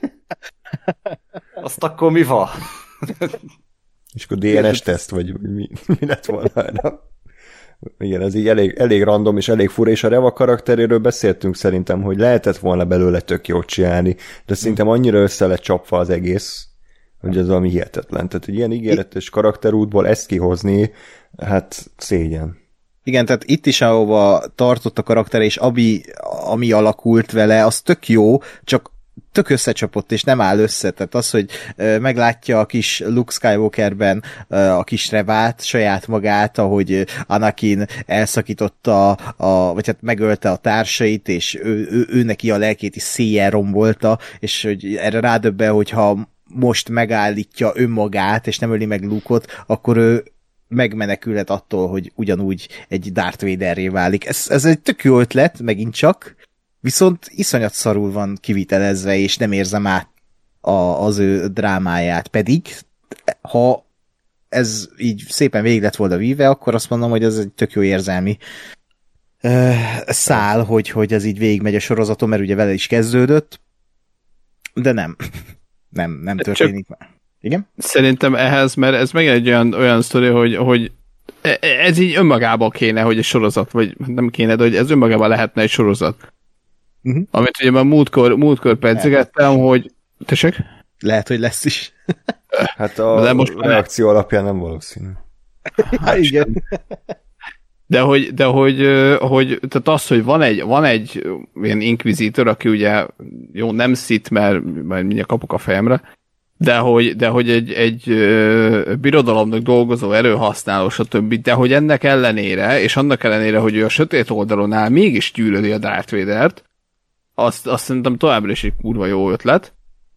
Azt akkor mi van? És akkor DNS-teszt, vagy mi lett volna? Igen, ez így elég random és elég fura, és a Reva karakteréről beszéltünk szerintem, hogy lehetett volna belőle tök jót csinálni, de szerintem annyira össze lett csapva az egész, hogy ez valami hihetetlen. Tehát, hogy ilyen ígéretes karakterútból ezt kihozni, hát szégyen. Igen, tehát itt is, ahova tartott a karakter, és ami alakult vele, az tök jó, csak tök összecsapott, és nem áll össze. Tehát az, hogy meglátja a kis Luke Skywalkerben a kis Revát, saját magát, ahogy Anakin elszakította, vagy hát megölte a társait, és ő neki a lelkét is széjjel rombolta, és hogy erre rádöbben, hogyha most megállítja önmagát, és nem öli meg Luke-ot, akkor ő megmenekülhet attól, hogy ugyanúgy egy Darth Vaderré válik. Ez egy tök jó ötlet, megint csak, viszont iszonyat szarul van kivitelezve, és nem érzem át az ő drámáját. Pedig, ha ez így szépen végig lett volna víve, akkor azt mondom, hogy ez egy tök jó érzelmi szál, hogy ez így végigmegy a sorozaton, mert ugye vele is kezdődött, de nem történik már. Igen? Szerintem ehhez, mert ez megint egy olyan sztori, hogy ez így önmagában kéne, hogy egy sorozat, vagy nem kéne, de hogy ez önmagában lehetne egy sorozat. Amit ugye már múltkor pedzegettem, hogy... Tessék? Lehet, hogy lesz is. Hát a most reakció alapján nem valószínű. Hát igen. De hogy tehát az, hogy van egy ilyen inkvizítor, aki ugye jó, nem Sith, mert mindjárt kapok a fejemre, de hogy egy birodalomnak dolgozó erőhasználó, stb. De hogy ennek ellenére, és annak ellenére, hogy ő a sötét oldalon áll, mégis gyűlöli a Darth Vadert, azt szerintem továbbra is egy kurva jó ötlet.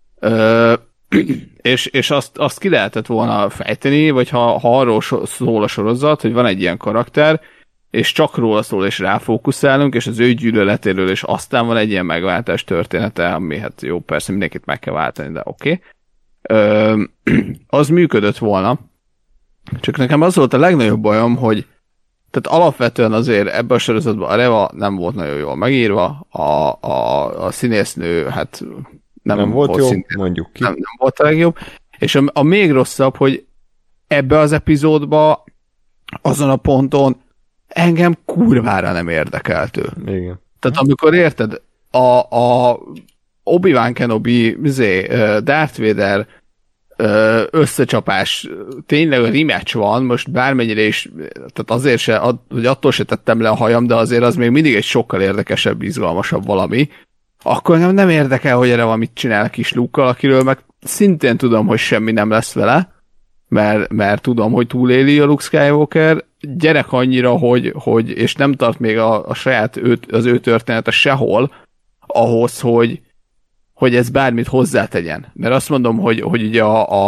És azt ki lehetett volna fejteni, vagy ha arról szól a sorozat, hogy van egy ilyen karakter, és csak róla szól, és ráfókuszálunk, és az ő gyűlöletéről, és aztán van egy ilyen megváltás története, ami hát jó, persze mindenkit meg kell váltani, de oké. Az működött volna. Csak nekem az volt a legnagyobb bajom, hogy tehát alapvetően azért ebben a sorozatban a Reva nem volt nagyon jól megírva, a színésznő hát nem volt jó, szintén, mondjuk ki. Nem volt a legjobb. És a még rosszabb, hogy ebbe az epizódba azon a ponton engem kurvára nem érdekelt ő. Igen. Tehát amikor érted, a Obi-Wan Kenobi, Darth Vader összecsapás, tényleg a rematch van, most bármennyire is, tehát azért se, hogy attól se tettem le a hajam, de azért az még mindig egy sokkal érdekesebb, izgalmasabb valami, akkor nem érdekel, hogy erre valamit csinál a kis Luke-kal, akiről meg szintén tudom, hogy semmi nem lesz vele, mert tudom, hogy túléli a Luke Skywalker, gyerek annyira, hogy és nem tart még a saját az ő története sehol, ahhoz, hogy ez bármit hozzátegyen. Mert azt mondom, hogy ugye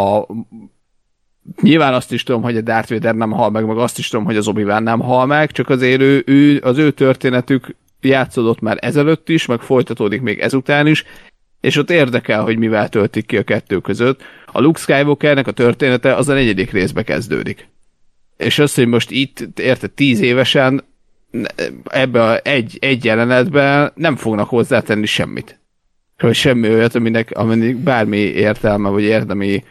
nyilván azt is tudom, hogy a Darth Vader nem hal meg azt is tudom, hogy az Obi-Wan nem hal meg, csak azért az ő történetük játszódott már ezelőtt is, meg folytatódik még ezután is, és ott érdekel, hogy mivel töltik ki a kettő között. A Luke Skywalkernek a története az a 4. részbe kezdődik. És az, hogy most itt, érted, 10 évesen ebben egy jelenetben nem fognak hozzátenni semmit. Hogy semmi olyat, aminek bármi értelme, vagy érdemi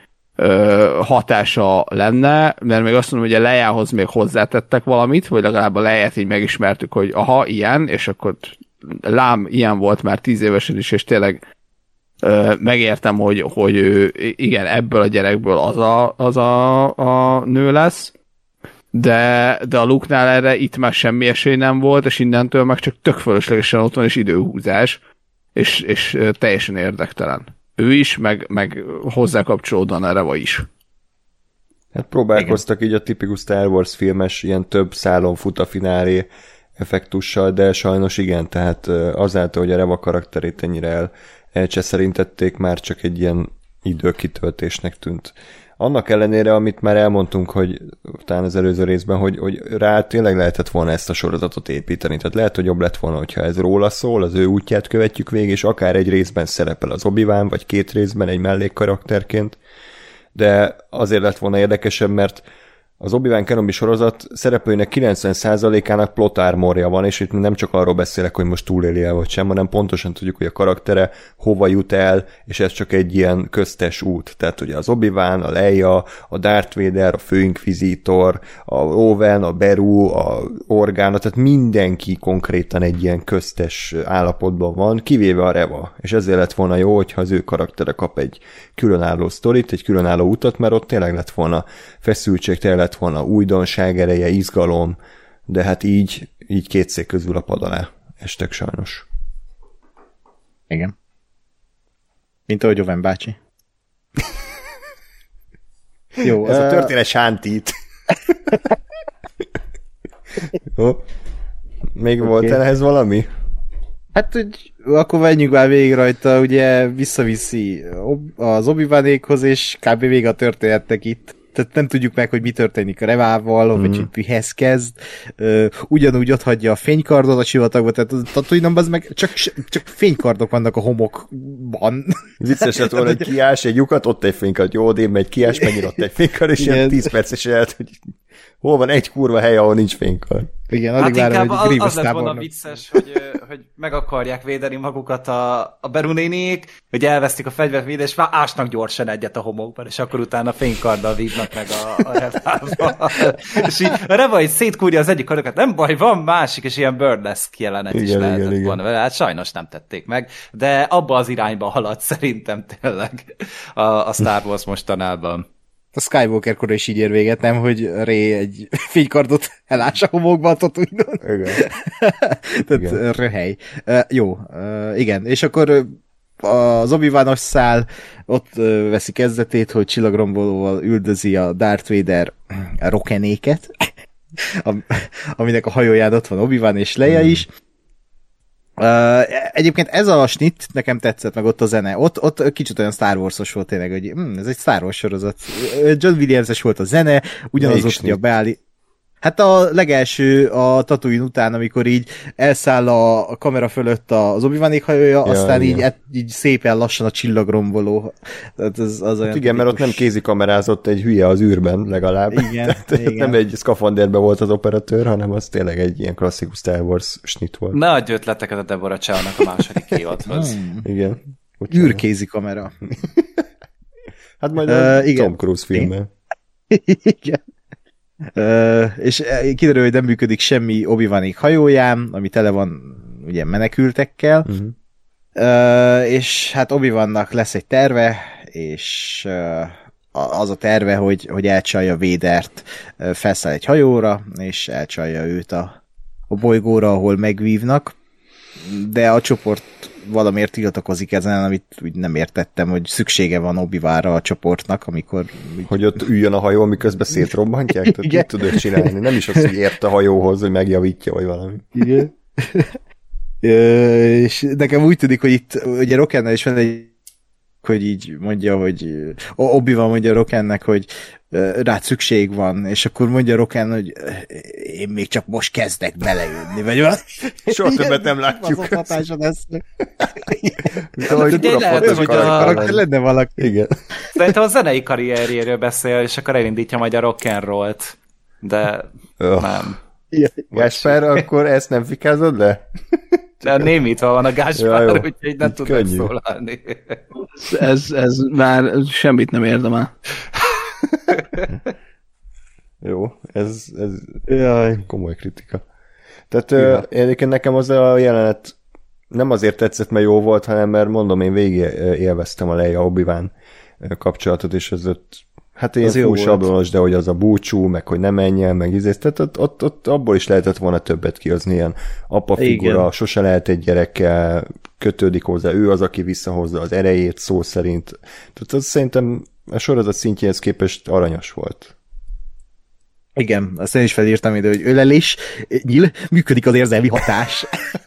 hatása lenne, mert még azt mondom, hogy a Leiához még hozzátettek valamit, vagy legalább a Leiát így megismertük, hogy aha, ilyen, és akkor lám, ilyen volt már 10 évesen is, és tényleg megértem, hogy ő, igen, ebből a gyerekből az a nő lesz, de a Luke-nál erre itt már semmi esély nem volt, és innentől meg csak tök fölöslegesen ott van, és időhúzás, és teljesen érdektelen. Ő is, meg hozzá kapcsolódóan a Reva is. Hát próbálkoztak így a tipikus Star Wars filmes, ilyen több szálon fut a finálé effektussal, de sajnos igen, tehát azáltal, hogy a Reva karakterét ennyire elcseszerintették, már csak egy ilyen időkitöltésnek tűnt. Annak ellenére, amit már elmondtunk, hogy talán az előző részben, hogy rá tényleg lehetett volna ezt a sorozatot építeni. Tehát lehet, hogy jobb lett volna, hogyha ez róla szól, az ő útját követjük végig, és akár egy részben szerepel az Obi-Wan, vagy 2 részben egy mellékkarakterként, de azért lett volna érdekesebb, mert az Obi-Wan Kenobi sorozat szereplőinek 90%-ának plot armorja van, és itt nem csak arról beszélek, hogy most túléli el vagy sem, hanem pontosan tudjuk, hogy a karaktere hova jut el, és ez csak egy ilyen köztes út. Tehát ugye az Obi-Wan, a Leia, a Darth Vader, a főinkvizítor, a Owen, a Beru, a Organa, tehát mindenki konkrétan egy ilyen köztes állapotban van, kivéve a Reva. És ezért lett volna jó, hogyha az ő karaktere kap egy különálló sztorit, egy különálló utat, mert ott tényleg lett volna feszültség, tényleg lett volna újdonság ereje, izgalom, de hát így 2 szék közül a pad alá estek sajnos. Igen. Mint ahogy Owen bácsi. Jó, ez a történet sántít. Még okay. Volt ehhez valami? Hát, hogy akkor menjünk már végig rajta, ugye visszaviszi az Obi-Wanékhoz, és kb. Vége a történetnek itt. Tehát nem tudjuk meg, hogy mi történik a Revával, vagy mihez kezd. Ugyanúgy ott hagyja a fénykardot a sivatagba, tehát a Tatooine-ban az meg csak fénykardok vannak a homokban. Vicces lett volna, hogy kiás egy lyukat, ott egy fénykard, jó, odébb megy, kiás, megint ott egy fénykard, és ilyen 10 perces lehet, hogy Hol van egy kurva hely, ahol nincs fénykard? Igen, Hát addig várom, inkább hogy az lett volna tábornok. vicces, hogy meg akarják védeni magukat a Berunéniék, hogy elvesztik a fegyvervédést, és már ásnak gyorsan egyet a homokban, és akkor utána fénykarddal vívnak meg a Revába. És így a Reva is szétkúrja az egyik kardokat, nem baj, van másik, és ilyen burlesque jelenet is lehetett volna. Hát sajnos nem tették meg, de abba az irányba halad szerintem tényleg a Star Wars mostanában. A Skywalker kora is így ér véget, nem, hogy Rey egy fénykardot elás a homokba a Tatooine-on. Igen. Tehát röhely. Jó, igen. És akkor az Obi-Wanos szál ott veszi kezdetét, hogy csillagrombolóval üldözi a Darth Vader rokenéket, aminek a hajóján ott van Obi-Wan és Leia is. Egyébként ez a snit nekem tetszett, meg ott a zene. Ott kicsit olyan Star Wars-os volt tényleg, hogy ez egy Star Wars sorozat. John Williams-es volt a zene, ugyanaz ott ugye a beállí... Hát a legelső a Tatooine után, amikor így elszáll a kamera fölött az Obi-Wanék hajója, aztán így szépen lassan a csillagromboló. Az olyan hát igen, mert ott nem kézikamerázott egy hülye az űrben legalább. Igen, igen. Nem egy szkafanderben volt az operatőr, hanem az tényleg egy ilyen klasszikus Star Wars snit volt. Ne adj ötleteket a Deborah Chow-nak a második évadhoz. Igen. űrkézikamera. Hát majd a Tom Cruise filmben. Igen. És kiderül, hogy nem működik semmi Obi-Wanék hajóján, ami tele van ugye menekültekkel, és hát Obi-Wannak lesz egy terve, és az a terve, hogy elcsalja Vadert, felszáll egy hajóra, és elcsalja őt a bolygóra, ahol megvívnak, de a csoport valamiért tiltakozik ezen, amit úgy nem értettem, hogy szüksége van Obi-Wanra a csoportnak, amikor... Hogy ott üljön a hajó, miközben szétrobbantják? Tehát mit tudod csinálni? Nem is az, hogy ért a hajóhoz, hogy megjavítja, vagy valami. Igen. És nekem úgy tűnik, hogy itt ugye Rokennel is van egy, hogy így mondja, hogy Obi-Wan mondja Rokennek, hogy rád szükség van, és akkor mondja Roken, hogy én még csak most kezdek belejönni, vagy valami. Soha többet nem látjuk. Az a hatása lesz. Lenne valaki. Igen. Szerintem a zenei karrierjéről beszél, és akkor elindítja majd a rock'n'rollt, de nem. Gáspár, akkor ezt nem fikázod le? De némítva van a Gáspár, úgyhogy nem tud megszólalni. Ez már semmit nem érdemel. Jó, ez komoly kritika. Tehát egyébként nekem az a jelenet nem azért tetszett, mert jó volt, hanem mert mondom, én végig élveztem a Leia Obi-Wan kapcsolatot, és ez ott hát ilyen full sablonos, de hogy az a búcsú, meg hogy ne menjen, meg ízész, tehát ott abból is lehetett volna többet kihozni, ilyen apa figura, sose lehet egy gyerekkel, kötődik hozzá, ő az, aki visszahozza az erejét szó szerint. Tehát az szerintem a sorozat szintjéhez képest aranyos volt. Igen, azt én is felírtam ide, hogy ölelés, nyíl, működik az érzelmi hatás.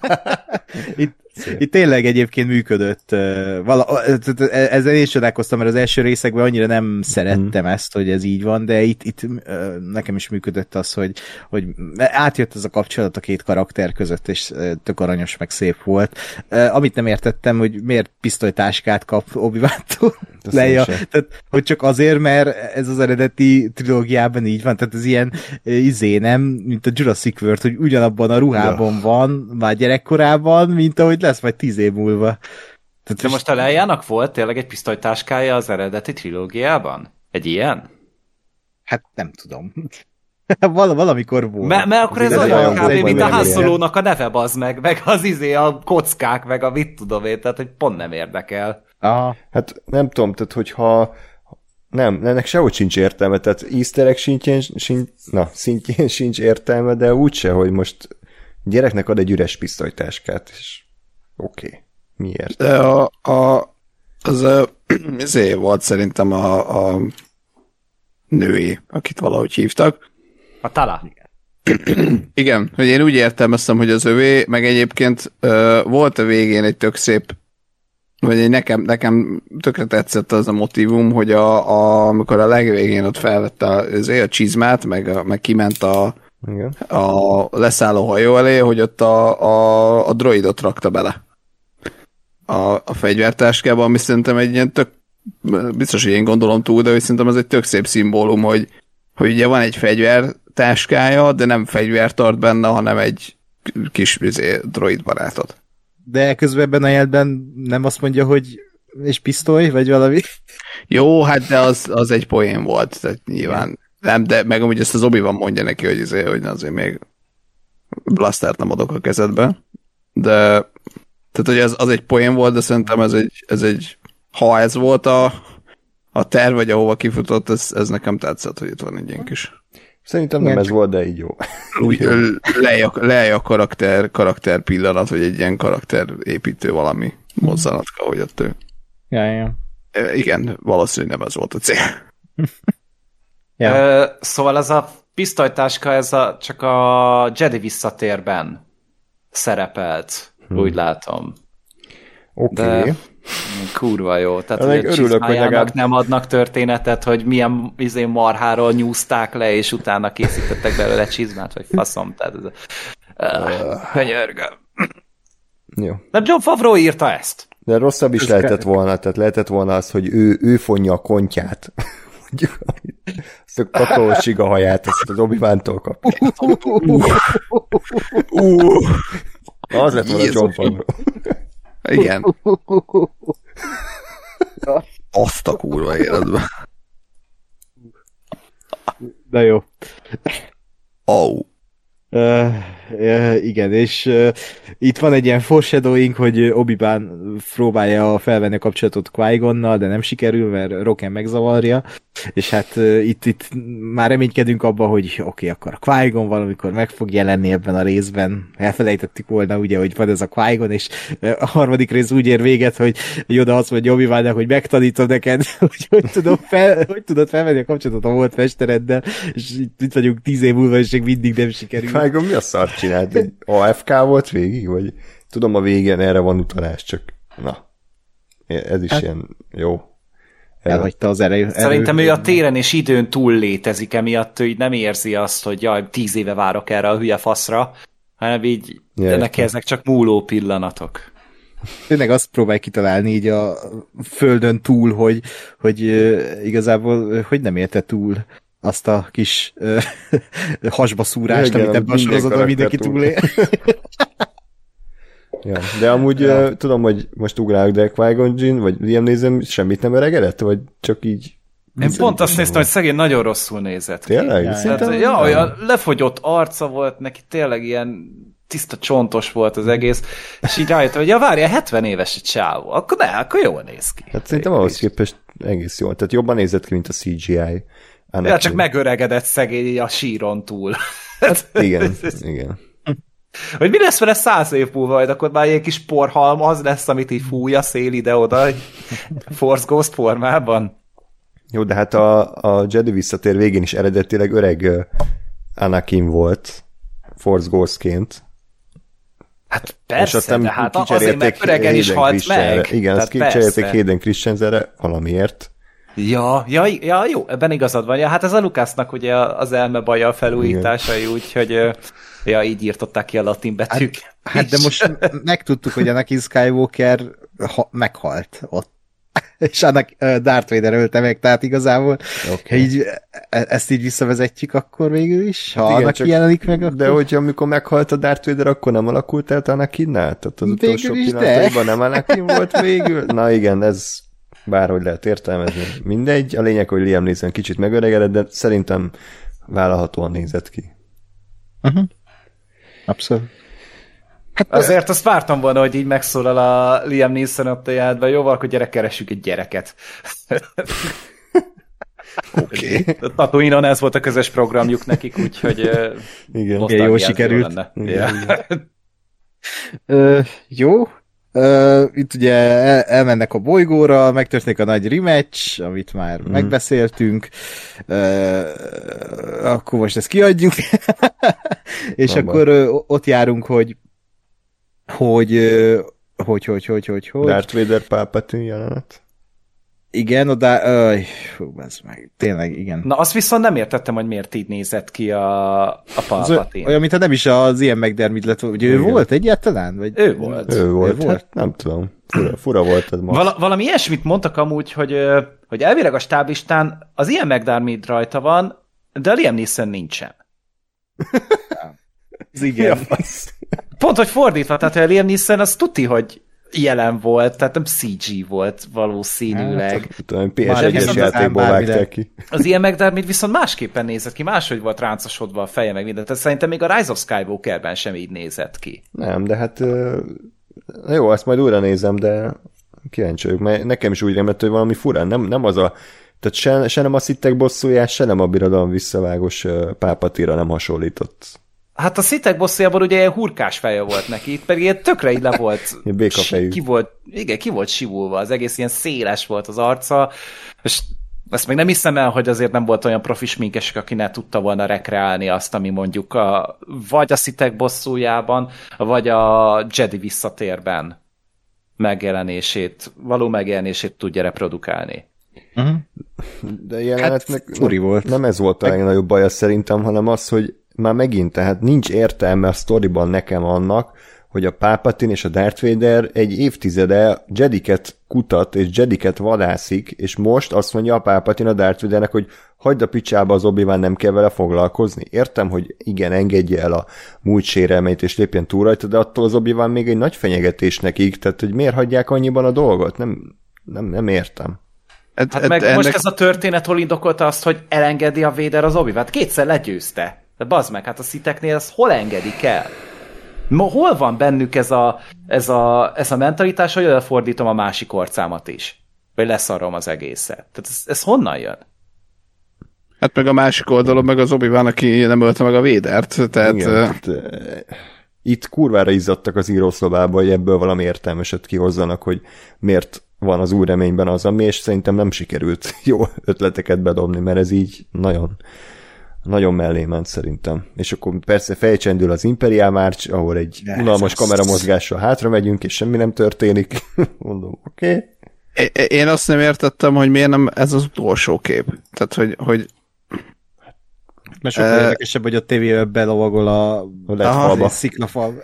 Itt tényleg egyébként működött. Ezzel én is csodálkoztam, mert az első részekben annyira nem szerettem ezt, hogy ez így van, de itt nekem is működött az, hogy átjött ez a kapcsolat a két karakter között, és tök aranyos, meg szép volt. Amit nem értettem, hogy miért pisztolytáskát kap Obi-Wantól Leia. Tehát, hogy csak azért, mert ez az eredeti trilógiában így van, tehát ez ilyen nem, mint a Jurassic World, hogy ugyanabban a ruhában van, már gyerekkorában, mint ahogy lesz majd 10 év múlva. Tehát de most a Leiának volt tényleg egy pisztolytáskája az eredeti trilógiában? Egy ilyen? Hát nem tudom. Valamikor volt. Mert akkor ez olyan kb. Mint a Han Solónak a neve, bazd meg az a kockák, meg a mit tudom én, tehát hogy pont nem érdekel. Aha. Hát nem tudom, tehát hogyha nem, ennek sehogy sincs értelme, tehát easter egg szintjén sincs értelme, de úgyse, hogy most gyereknek ad egy üres pisztolytáskát, és oké. Miért? De az volt szerintem a női, akit valahogy hívtak. A Tala. Igen, hogy én úgy értelmeztem, hogy az övé, meg egyébként volt a végén egy tök szép, vagy nekem tökre tetszett az a motívum, hogy amikor a legvégén ott felvette a csizmát, meg kiment a leszálló hajó elé, hogy ott a droidot rakta bele a fegyvertáskába, ami szerintem egy ilyen tök, biztos, hogy én gondolom túl, de hogy szerintem ez egy tök szép szimbólum, hogy ugye van egy fegyver táskája, de nem fegyvert tart benne, hanem egy kis droid barátot. De közben ebben a jelben nem azt mondja, hogy és pisztoly, vagy valami? Jó, hát de az egy poén volt, tehát nyilván. Nem, de meg amúgy ezt az Obi-Wan mondja neki, hogy azért még blastert nem adok a kezedbe. De tehát, hogy az egy poén volt, de szerintem ez egy ha ez volt a terv, vagy ahova kifutott, ez nekem tetszett, hogy itt van egy ilyen kis... Szerintem nem ez volt, de így jó. Úgy lej a karakter pillanat, vagy egy ilyen karakterépítő valami mozzanatka, hogy ott ő. Ja. Igen, valószínűleg nem ez volt a cél. Ja. Szóval ez a pisztolytáska, csak a Jedi visszatérben szerepelt, úgy látom. Oké. De kurva jó. Tehát, Meg hogy a örülök, hogy legalább... nem adnak történetet, hogy milyen marháról nyúzták le, és utána készítettek belőle csizmát, vagy faszom. Tehát könyörgöm. Jó. De Jon Favreau írta ezt. De rosszabb is lehetett volna, tehát lehetett volna az, hogy ő fonja a kontyát. Azt a kakaós haját, azt az Obi-Wan-tól kapja. Az lett volna Jon Favreau. Igen. Azt a kurva életben. De jó. Igen, és itt van egy ilyen foreshadowing, hogy Obi-Wan próbálja felvenni a kapcsolatot Qui-Gonnal, de nem sikerül, mert Roken megzavarja, és hát itt már reménykedünk abba, hogy oké, akkor a Qui-Gon valamikor meg fog jelenni ebben a részben. Elfelejtettük volna ugye, hogy van ez a Qui-Gon, és a harmadik rész úgy ér véget, hogy Yoda azt mondja Obi-Wannak, hogy megtanítom neked, hogy tudod felvenni a kapcsolatot a volt mestereddel, és itt vagyunk 10 év múlva, és még mindig nem sikerül. Qui-Gon mi a szart csinált? Egy AFK volt végig? Vagy tudom, a végén erre van utalás, csak na. Ez is ilyen jó. Elhagyta az erő. Szerintem ő a téren és időn túl létezik, emiatt ő így nem érzi azt, hogy jaj, 10 éve várok erre a hülye faszra, hanem így neki ezek csak múló pillanatok. Tényleg azt próbálj kitalálni így a földön túl, hogy igazából hogy nem érte túl azt a kis hasba szúrást, amit ebben a sorozatban mindenki túlél. Ja, de amúgy tudom, hogy most ugrálok, de Qui-Gon Jinn, vagy Liam Neeson semmit nem öregedett, vagy csak így... Én pont azt néztem, hogy szegény nagyon rosszul nézett ki. Tényleg? Olyan lefogyott arca volt neki, tényleg ilyen tiszta csontos volt az egész, és így rájöttem, hogy várja, 70 éves egy csávó, akkor jól néz ki. Hát szerintem ahhoz képest egész jól, tehát jobban nézett ki, mint a CGI. Ja, csak megöregedett szegény a síron túl. Hát igen. Hogy mi lesz vele 100 év múlva, majd akkor már egy kis porhalmaz lesz, amit így fúj a szél ide-oda, Force Ghost formában. Jó, de hát a Jedi visszatér végén is eredetileg öreg Anakin volt, Force Ghostként. Hát persze, de hát azért, mert öregen is halt meg. Igen, azt kicserélték Hayden Christensenre valamiért. Ja, jó, ebben igazad van. Ja, hát ez a Lucasnak ugye az elmebaja felújításai, úgyhogy így írtották ki a latin betűk. Hát de most megtudtuk, hogy Anakin Skywalker meghalt ott. És annak Darth Vader ölte meg, tehát igazából így, ezt így visszavezetjük akkor végül is, ha igen, Anakin jelenik meg, akkor... De hogyha amikor meghalt a Darth Vader, akkor nem alakult el Anakinnál? Tehát az utolsó pillanataiban nem Anakin volt végül? Na igen, ez bárhogy lehet értelmezni. Mindegy, a lényeg, hogy Liam Neeson kicsit megöregedett, de szerintem vállalhatóan nézett ki. Abszolút. Hát azért azt vártam volna, hogy így megszólal a Liam Neeson ott a játban, jó, akkor gyere, keressük egy gyereket. Oké. Tatooine-on ez volt a közös programjuk nekik, úgyhogy igen, jól sikerült. Jó. Itt ugye elmennek a bolygóra, megtörténik a nagy rematch, amit már megbeszéltünk. Akkor most ezt kiadjuk. És akkor ott járunk, hogy Darth Vader Palpatine jelenet. Igen, oda... Fú, ez meg. Tényleg, igen. Na, azt viszont nem értettem, hogy miért így nézett ki a Palpatine. Olyan, mintha nem is az Ian McDermott lett, hogy ő volt egyáltalán? Vagy... Ő volt. Hát, nem tudom. Fura volt ez ma. Valami ilyesmit mondtak amúgy, hogy elvileg a stáblistán az Ian McDermott rajta van, de a Liam Neeson nincsen. Igen. Pont, hogy fordítva, tehát a Liam Neeson az tuti, hogy jelen volt, tehát nem CG volt valószínűleg. PS1-es játékból vágták ki. Az Ian McDermott viszont másképpen nézett ki, máshogy volt ráncosodva a feje, meg mindent. Tehát szerintem még a Rise of Skywalkerben sem így nézett ki. Nem, de hát jó, ezt majd újra nézem, de kíváncsi vagyok, mert nekem is úgy rémlett, hogy valami furán, nem az a, tehát se nem a Sithek bosszújás, se nem a birodalom visszavágos Palpatine-ra nem hasonlított. Hát a Sithek bosszújában ugye ilyen hurkás feje volt neki, itt pedig ilyen tökre így le volt. Békafejű. Ki volt sivulva, az egész ilyen széles volt az arca, és ezt még nem hiszem el, hogy azért nem volt olyan profi sminkesek, aki ne tudta volna rekreálni azt, ami mondjuk vagy a Sithek bosszújában, vagy a Jedi visszatérben való megjelenését tudja reprodukálni. Uh-huh. De jelenetnek volt. Nem ez volt a legnagyobb baja szerintem, hanem az, hogy már megint, tehát nincs értelme a sztoriban nekem annak, hogy a Palpatine és a Darth Vader egy évtizede Jediket kutat, és Jediket vadászik, és most azt mondja a Palpatine a Darth Vadernek, hogy hagyd a picsába, az Obi-Wan, nem kell vele foglalkozni. Értem, hogy igen, engedje el a múlt sérelmeit, és lépjen túl rajta, de attól az Obi-Wan még egy nagy fenyegetés nekik, tehát hogy miért hagyják annyiban a dolgot? Nem értem. Most ez a történet hol indokolta azt, hogy elengedi a Vader az Obi-Wan? Kétszer legyőzte. De bazd meg, hát a Sitheknél ezt hol engedik el? Hol van bennük ez a mentalitás, hogy odafordítom a másik orcámat is? Vagy leszarom az egészet? Tehát ez honnan jön? Hát meg a másik oldalon meg az Obi-Wan, aki nem ölte meg a Vadert, tehát... Igen, itt kurvára izzadtak az írószobába, hogy ebből valami értelmeset kihozzanak, hogy miért van az új reményben az, ami, és szerintem nem sikerült jó ötleteket bedobni, mert ez így nagyon mellé ment szerintem. És akkor persze felcsendül az Imperial March, ahol egy unalmas kameramozgással hátra megyünk, és semmi nem történik. Mondom, oké. Én azt nem értettem, hogy miért nem ez az utolsó kép. Tehát, hogy mert sokkal érdekesebb, hogy a tévébe belovagol a sziklafalba.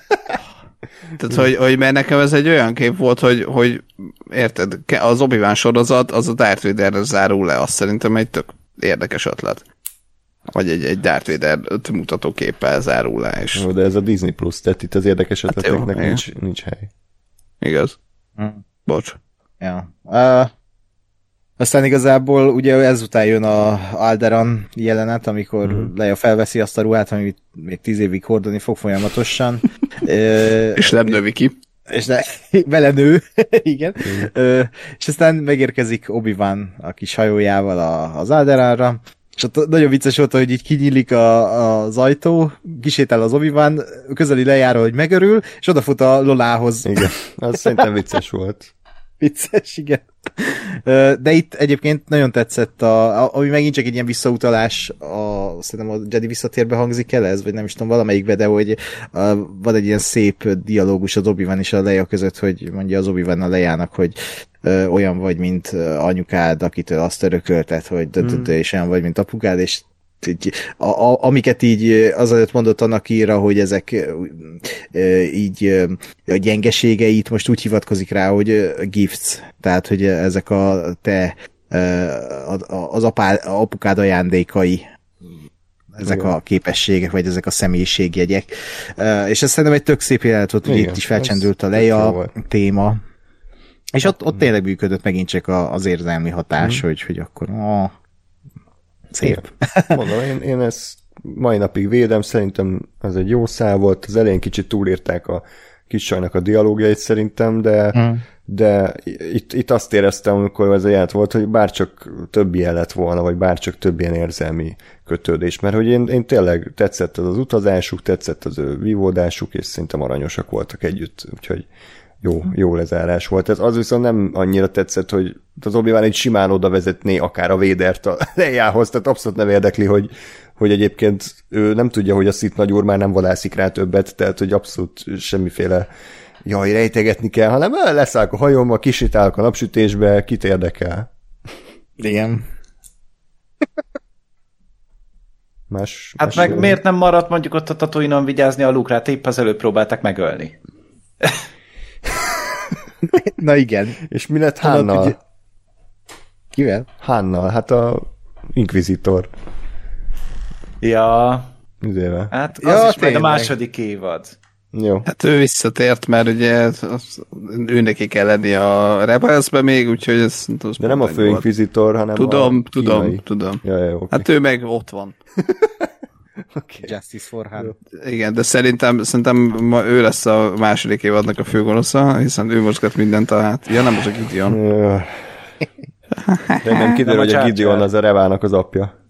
Tehát, hogy mert nekem ez egy olyan kép volt, hogy érted, az Obi-Wan sorozat, az a Darth Vaderre zárul le, azt szerintem egy tök érdekes ötlet. Vagy egy Darth Vader mutató képpel zárul le. És... Jó, de ez a Disney Plus, tehát itt az érdekes ötleteknek nincs hely. Igaz. Bocs. Ja. Aztán igazából ugye ezután jön a Alderaan jelenet, amikor Leia felveszi azt a ruhát, amit még 10 évig hordani fog folyamatosan. És nem növi ki. És vele nő, igen. És aztán megérkezik Obi-Wan a kis hajójával az Alderaanra, és ott nagyon vicces volt, hogy így kinyílik az ajtó, kisétál az Obi-Wan, közeli Leiára, hogy megörül, és odafut a Lolához. Igen, az szerintem vicces volt. Vicces, igen. De itt egyébként nagyon tetszett, ami megint csak egy ilyen visszautalás, szerintem a Jedi visszatérbe hangzik el ez, vagy nem is tudom, valamelyikbe, de hogy van egy ilyen szép dialógus az Obi-Wan és a Leia között, hogy mondja az Obi-Wan a Leiának, hogy olyan vagy, mint anyukád, akitől azt örökölted, hogy és olyan vagy, mint apukád, és amiket így azért mondott annak íra, hogy ezek így a gyengeségeit most úgy hivatkozik rá, hogy gifts, tehát hogy ezek az apukád ajándékai, ezek a képességek, vagy ezek a személyiségjegyek. És ez szerintem egy tök szép jelenet volt, hogy itt is felcsendült a Leia téma. És ott tényleg működött megint csak az érzelmi hatás, hogy akkor szép. Mondom, én ezt mai napig védem, szerintem ez egy jó szál volt, az elején kicsit túlírták a kis csajnak a dialógiait szerintem, de itt azt éreztem, amikor ez a jelent volt, hogy bárcsak több ilyen lett volna, vagy bárcsak több ilyen érzelmi kötődés, mert hogy én tényleg tetszett az utazásuk, tetszett az ő vívódásuk, és szerintem aranyosak voltak együtt, úgyhogy jó lezárás volt. Ez az viszont nem annyira tetszett, hogy az Obi-Wan egy simán oda vezetné akár a Vadert a Leiához, tehát abszolút nem érdekli, hogy egyébként ő nem tudja, hogy a Sith nagyúr már nem vadászik rá többet, tehát hogy abszolút semmiféle rejtegetni kell, hanem leszállok a hajómmal, kisétálok a napsütésbe, kit érdekel. Igen. Hát meg miért nem maradt mondjuk ott a Tatooine-on vigyázni a Luke-rát, épp az előbb próbálták megölni. Na igen. És mi lett Hánnal? Ugye... Kivel? Hánnal, hát a Inquisitor. Ja, Izével. Hát az Ja, is majd a tényleg. második évad. Jó. Hát ő visszatért, mert ugye ő neki kell lenni a Rebelsbe még, úgyhogy ez... De nem a főinkvizitor, hanem Tudom, a kínai. tudom. Ja, oké. Hát ő meg ott van. Okay. Justice for Han. Igen, de szerintem ma ő lesz a második évadnak a főgonosza, hiszen ő mozgat mindent a hát. Ja, nem az a Gideon. De nem kiderül, Nem a hogy a Jar Gideon Jar. az a Revának az apja.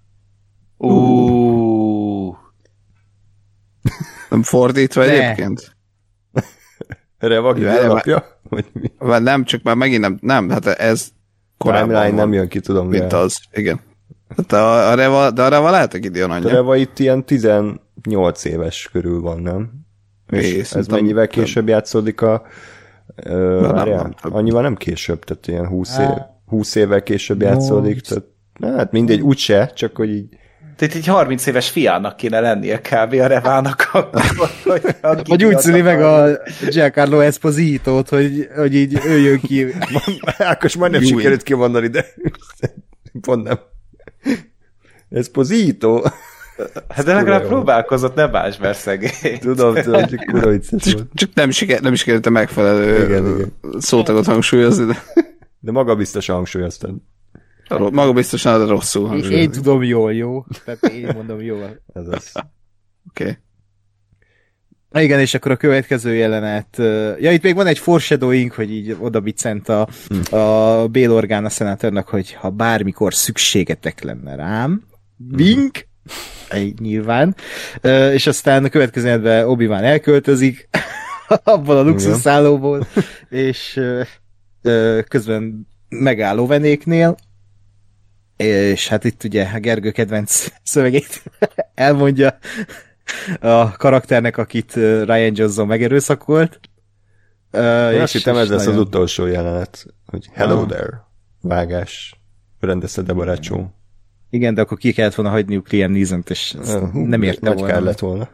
Nem fordítva Ne. egyébként? Reva Gideon Reva- apja? Vagy mi? Vagy nem, csak már megint nem, hát ez korábban Timeline van, nem jön ki, tudom. mint mivel. az. Igen. Hát a Reva, de a Reva lehet a Gideon A anyja. Reva itt ilyen 18 éves körül van, nem? És ez szerintem mennyivel később játszódik a... várjál? nem több. Annyival nem később, tehát ilyen 20 évvel később No. játszódik, tehát hát mindegy, úgyse, csak hogy így Tehát így 30 éves fiának kéne lennie kb. A Revának akkor, hogy a Vagy úgy szüli meg a Giancarlo Esposito-t, hogy így ő jön ki. Ákos majdnem Jó, sikerült kimondani, de pont nem. Esposito. Hát de legalább jó. próbálkozott, ne bánts be szegény. Tudom, csak kurva vicces volt. Csak nem is került a megfelelő Igen. szótagot hangsúlyozni, de De maga biztosan hangsúlyoztad. maga biztosan de rosszul hangsúlyozni. Én tudom jól, jó? Tehát én mondom jól. Ez az. Oké. Na igen, és akkor a következő jelenet. Ja, itt még van egy foreshadowing, hogy így oda Bicent a Bail Organa szenátornak, hogy ha bármikor szükségetek lenne rám, wink, nyilván, és aztán a következő jelenetben Obi-Wan elköltözik abban a luxusszállóból, és közben megáll Owenéknél, és hát itt ugye a Gergő kedvenc szövegét elmondja a karakternek, akit Ryan Johnson megerőszakolt. Én azt hittem, ez lesz az nagyon- utolsó jelenet, hogy hello there, vágás, rendezted a barátsó. Igen, de akkor ki kellett volna hagyniuk Liam Neeson-t, és ezt nem érte Nagy volna. kellett volna.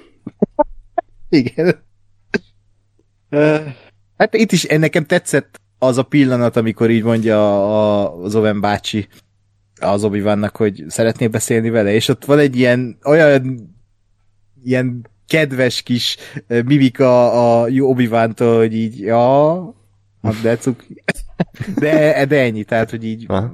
Igen. Hát itt is nekem tetszett az a pillanat, amikor így mondja az Owen bácsi az Obi-Wannak, hogy szeretnél beszélni vele, és ott van egy ilyen kedves kis mimika a Obi-Wantól, hogy így, ja, de cuki. De ennyi, tehát, hogy így Aha.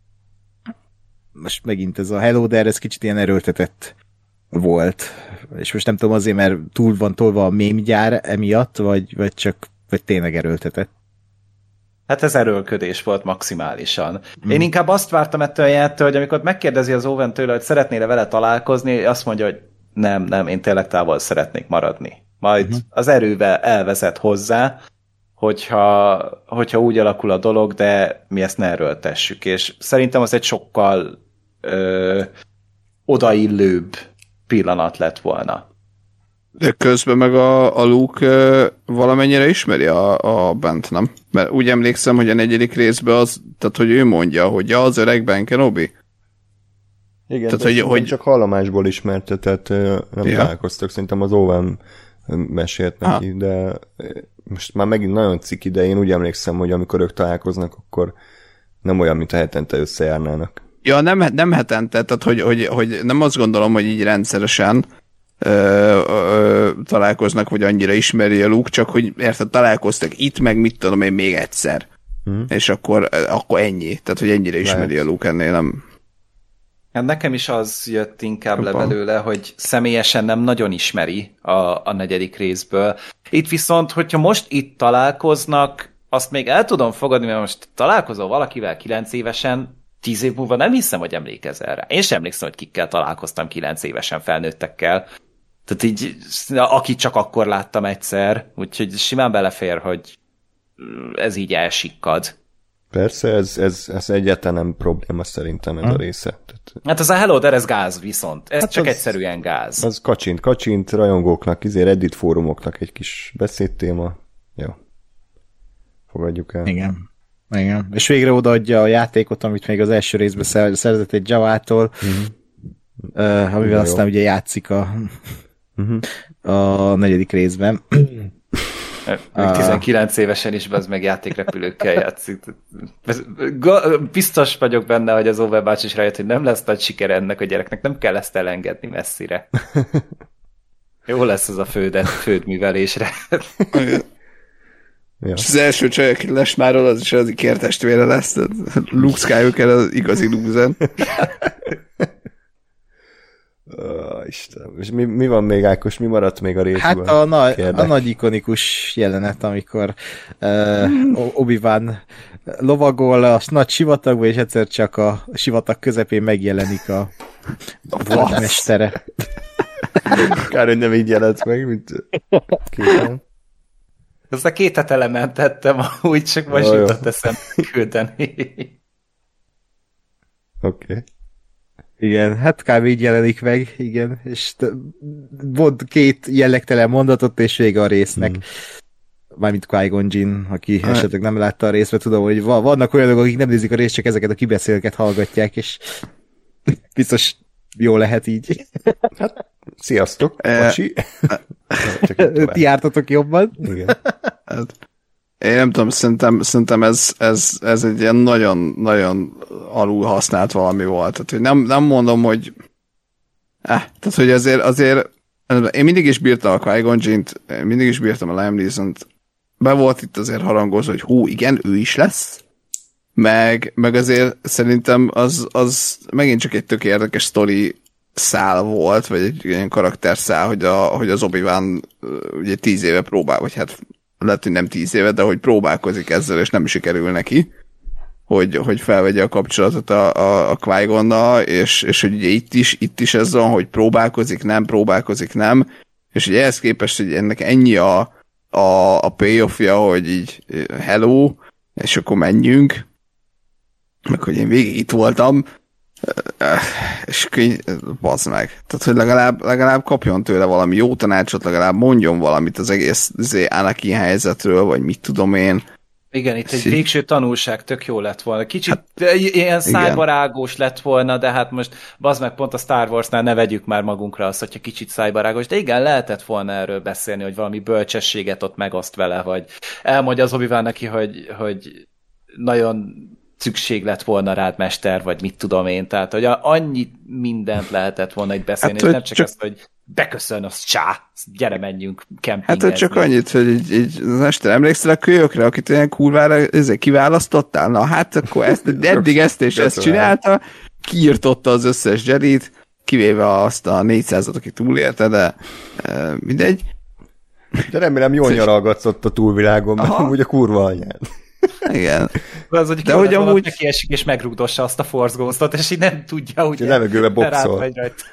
most megint ez a Hello There, ez kicsit ilyen erőltetett volt. És most nem tudom azért, mert túl van tolva a mémgyár emiatt, vagy tényleg erőltetett. Hát ez erőlködés volt maximálisan. Én inkább azt vártam ettől a jelenttől, hogy amikor megkérdezi az Owen tőle, hogy szeretnél vele találkozni, azt mondja, hogy nem, én tényleg távol szeretnék maradni. Majd az erővel elvezet hozzá, hogyha úgy alakul a dolog, de mi ezt ne erőltessük. És szerintem az egy sokkal odaillőbb pillanat lett volna. De közben meg a Luke valamennyire ismeri a Bent, nem? Mert úgy emlékszem, hogy a 4. részben az, tehát hogy ő mondja, hogy ja, az öreg Ben Kenobi. Igen, Tehát, tehát, hogy- csak hallomásból ismerte, tehát nem Ja. találkoztak, szerintem az Owen mesélt neki, de most már megint nagyon ciki, de én úgy emlékszem, hogy amikor ők találkoznak, akkor nem olyan, mint a hetente összejárnának. Ja, nem hetente, tehát hogy nem azt gondolom, hogy így rendszeresen találkoznak, vagy annyira ismeri a Luke, csak hogy érted, találkoztak itt, meg mit tudom én még egyszer. És akkor ennyi. Tehát, hogy ennyire ismeri a Luke, ennél nem... Hát nekem is az jött inkább le Jobban. belőle, hogy személyesen nem nagyon ismeri a 4. részből. Itt viszont, hogyha most itt találkoznak, azt még el tudom fogadni, mert most találkozol valakivel 9 évesen, 10 év múlva nem hiszem, hogy emlékezel rá. Én sem emlékszem, hogy kikkel találkoztam 9 évesen felnőttekkel. Tehát így, akit csak akkor láttam egyszer, úgyhogy simán belefér, hogy ez így elsikkad. Persze, ez egyáltalán nem probléma szerintem ez a része. Tehát Hát az a Hello There, ez gáz viszont. Ez Hát csak az- egyszerűen gáz. az kacsint, rajongóknak, Reddit fórumoknak egy kis beszédtéma. Jó. Fogadjuk el. Igen. És végre odaadja a játékot, amit még az első részben szerzett egy Javától, amivel Jó. aztán ugye játszik a 4. részben. Még 19 évesen is az meg játékrepülőkkel játszik. Biztos vagyok benne, hogy az Overwatch is rájött, hogy nem lesz nagy siker ennek a gyereknek, nem kell ezt elengedni messzire. Jó lesz ez a földművelésre. Ja. És az első csaj, aki lesmárol, az is az ikértestvére lesz. Luke Skywalker az igazi loser. Istenem. És mi van még, Ákos? Mi maradt még a részből? Hát a nagy ikonikus jelenet, amikor Obi-Wan lovagol a nagy sivatagba, és egyszer csak a sivatag közepén megjelenik a vadmestere. Kár, hogy nem így jelent meg, mint képen. Azt a 2 hete lementettem, úgy csak most jutott eszem küldeni. Oké. Igen, hát kb. Így jelenik meg, igen, és mond 2 jellegtelen mondatot, és vége a résznek. Mármint Qui-Gon Jinn, aki esetleg nem látta a részt, tudom, hogy vannak olyanok, akik nem nézik a részt, csak ezeket a kibeszélőket hallgatják, és biztos jó lehet így. Hát, sziasztok, bocsi. Ti jártatok jobban. Igen. Én nem tudom, szerintem ez egy ilyen nagyon alul használt valami volt. Tehát, hogy nem mondom, hogy tehát, hogy azért én mindig is bírtam a Qui-Gon Jinn-t, mindig is bírtam a Liam Neeson-t. Be volt itt azért harangozva, hogy igen, ő is lesz. Meg azért szerintem az megint csak egy tök érdekes sztori szál volt, vagy egy ilyen karakterszál, hogy az Obi-Wan ugye 10 éve próbál, vagy hát lehet, hogy nem 10 éve, de hogy próbálkozik ezzel, és nem sikerül neki, hogy felvegye a kapcsolatot a Qui-Gonnal, és hogy ugye itt is ez van, hogy próbálkozik, nem, és ugye ehhez képest, hogy ennek ennyi a payoffja, hogy így hello, és akkor menjünk, meg hogy én végig itt voltam, és akkor így, bazd meg. Tehát, hogy legalább kapjon tőle valami jó tanácsot, legalább mondjon valamit az egész Anakin helyzetről, vagy mit tudom én. Igen, itt egy végső tanulság tök jó lett volna. Kicsit ilyen szájbarágos lett volna, de hát most bazd meg, pont a Star Warsnál ne vegyük már magunkra azt, hogyha kicsit szájbarágos, de igen, lehetett volna erről beszélni, hogy valami bölcsességet ott megoszt vele, vagy elmondja az Obi-Wan neki, hogy nagyon szükség lett volna rád, mester, vagy mit tudom én, tehát, hogy annyi mindent lehetett volna itt beszélni, hát, és nem csak azt, hogy beköszön, az gyere, menjünk kempingezni. Hát csak annyit, hogy így mester, emlékszel a kölyökre, akit olyan kurvára kiválasztottál? Na hát akkor eddig ezt és ezt csinálta, kiirtotta az összes Jedit, kivéve azt a 400-at, aki túlélte, de mindegy. De remélem jól nyaralgatott a túlvilágon, mert amúgy a kurva anyád. Igen. De hogy amúgy neki esik és megrugdossa azt a Force Ghost-ot, és így nem tudja, hogy levegőbe boxol.